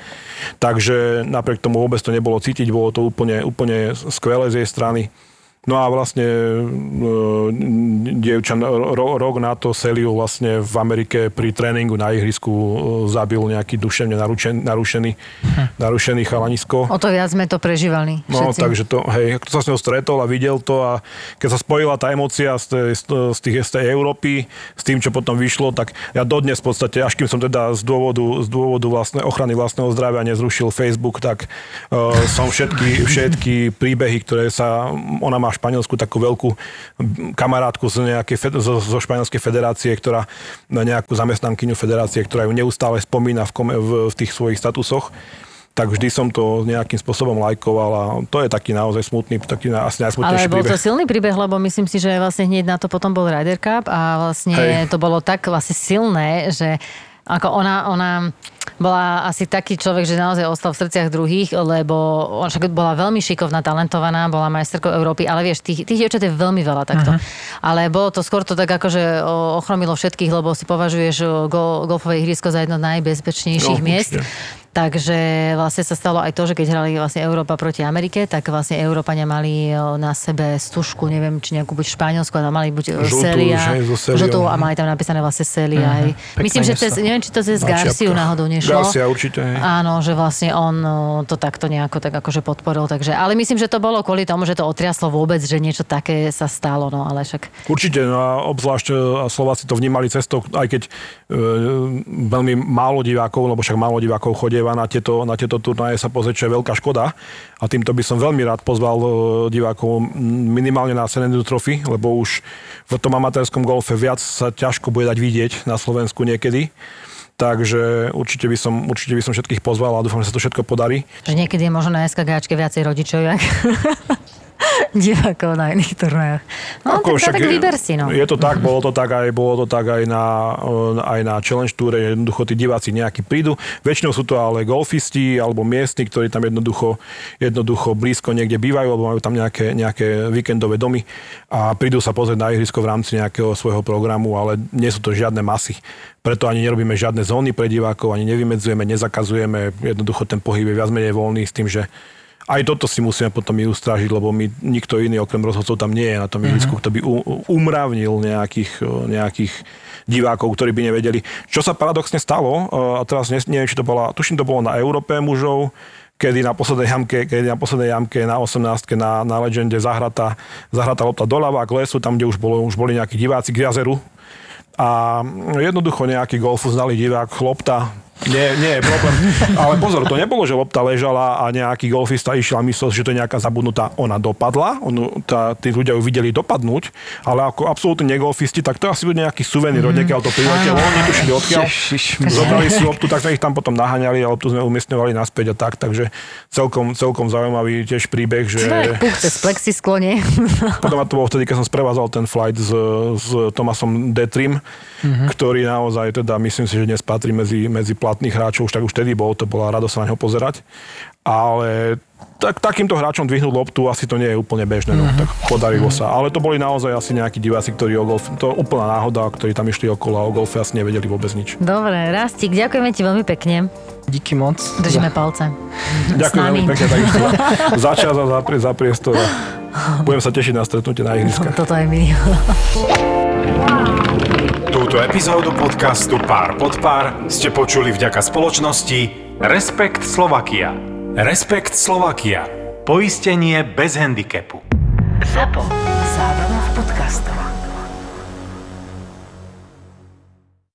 Takže napriek tomu vôbec to nebolo cítiť, bolo to úplne, úplne skvelé z jej strany. No a vlastne e, dievčan ro, rok na to Celiu vlastne v Amerike pri tréningu na ihrisku e, zabil nejaký duševne narušený, narušený, hm. narušený chalanisko. O to viac sme to prežívali No, všetci. takže to, hej, kto sa s ňou stretol a videl to a keď sa spojila tá emócia z tej, z, tých, z tej Európy s tým, čo potom vyšlo, tak ja dodnes v podstate, až kým som teda z dôvodu, z dôvodu vlastne ochrany vlastného zdravia nezrušil Facebook, tak uh, som všetky, všetky príbehy, ktoré sa, ona má v Španielsku takú veľkú kamarátku z nejakej, zo, zo španielskej federácie, ktorá, nejakú zamestnankyňu federácie, ktorá ju neustále spomína v, kom, v, v tých svojich statusoch. tak vždy som to nejakým spôsobom lajkoval a to je taký naozaj smutný, taký asi najsmutnejší príbeh. Ale bol príbeh. to silný príbeh, lebo myslím si, že vlastne hneď na to potom bol Ryder Cup a vlastne Hej. to bolo tak vlastne silné, že ako ona, ona bola asi taký človek, že naozaj ostal v srdciach druhých, lebo ona však bola veľmi šikovná, talentovaná, bola majsterkou Európy, ale vieš, tých, tých dievčat je veľmi veľa takto. Uh-huh. Ale bolo to skôr to tak akože ochromilo všetkých, lebo si považuješ gol, golfové ihrisko za jedno z najbezpečnejších no, miest. Určite. Takže vlastne sa stalo aj to, že keď hrali vlastne Európa proti Amerike, tak vlastne Európania mali na sebe stužku, neviem, či nejakú buď Španielsku, ale mali buď Celia, žltú a mali tam napísané vlastne Celia. Uh-huh. Myslím, že cez, neviem, či to cez Garciu náhodou nešlo. Garcia určite. Hej. Áno, že vlastne on to takto nejako tak akože podporil. Takže, ale myslím, že to bolo kvôli tomu, že to otriaslo vôbec, že niečo také sa stalo, no ale však... Určite, no a obzvlášť a Slováci to vnímali cestou, aj keď e, veľmi málo divákov, lebo však málo divákov chodí na tieto, na tieto turnaje sa pozrieť, čo je veľká škoda. A týmto by som veľmi rád pozval divákov minimálne na Senendu Trophy, lebo už v tom amatérskom golfe viac sa ťažko bude dať vidieť na Slovensku niekedy. Takže určite by som, určite by som všetkých pozval a dúfam, že sa to všetko podarí. Že niekedy je možno na es ká gáčke viacej rodičov, jak divákov na iných turnajoch. No, Ako, tak, tak vyber si, no. Je to tak, bolo to tak aj, bolo to tak aj na, aj na Challenge Toure, jednoducho tí diváci nejakí prídu. Väčšinou sú to ale golfisti alebo miestni, ktorí tam jednoducho, jednoducho blízko niekde bývajú, alebo majú tam nejaké, nejaké víkendové domy a prídu sa pozrieť na ihrisko v rámci nejakého svojho programu, ale nie sú to žiadne masy. Preto ani nerobíme žiadne zóny pre divákov, ani nevymedzujeme, nezakazujeme. Jednoducho ten pohyb je viac menej voľný s tým, že aj toto si musíme potom my ustrážiť, lebo my, nikto iný okrem rozhodcov tam nie je na tom ihrisku, kto by umravnil nejakých, nejakých divákov, ktorí by nevedeli. Čo sa paradoxne stalo, a teraz neviem, či to bola, tuším, to bolo na Európe mužov, kedy na poslednej jamke, kedy na poslednej jamke na osemnástke na, na Legende zahratá, zahratá lopta doľava k lesu, tam, kde už, bolo, už boli nejakí diváci k jazeru. A jednoducho nejaký golf uznali divák, lopta, nie, nie je problém. Ale pozor, to nebolo, že lopta ležala a nejaký golfista išiel a myslel, že to je nejaká zabudnutá. Ona dopadla, on, tá, tí ľudia ju videli dopadnúť, ale ako absolútne negolfisti, tak to asi bude nejaký suvenír, od niekiaľ to priletelo, oni tušili odkiaľ. Zobrali si loptu, tak sme ich tam potom naháňali a loptu sme umiestňovali naspäť a tak, takže celkom, celkom zaujímavý tiež príbeh, že... Puk cez plexisklo, nie? Potom to bolo vtedy, keď som sprevádzal ten flight s, s Tomasom Detrim, mm-hmm. ktorý naozaj, teda myslím si, že dnes patrí medzi, medzi platných hráčov, už tak už vtedy bol, to bola radosť sa na ňo pozerať. Ale tak, takýmto hráčom dvihnúť loptu, asi to nie je úplne bežné, no, tak podarilo sa. Ale to boli naozaj asi nejakí diváci, ktorí o golf, to úplná náhoda, ktorí tam išli okolo a o golfe asi nevedeli vôbec nič. Dobre, Rastík, ďakujeme ti veľmi pekne. Díky moc. Držíme za... palce. Ďakujem veľmi pekne takisto za čas a za, za priestor. Budem sa tešiť na stretnutie na ihriskách. Toto aj my. Túto epizódu podcastu Pár pod pár ste počuli vďaka spoločnosti Respekt Slovakia. Respekt Slovakia. Poistenie bez handicapu. Zapo. Zábrná v podcastovách.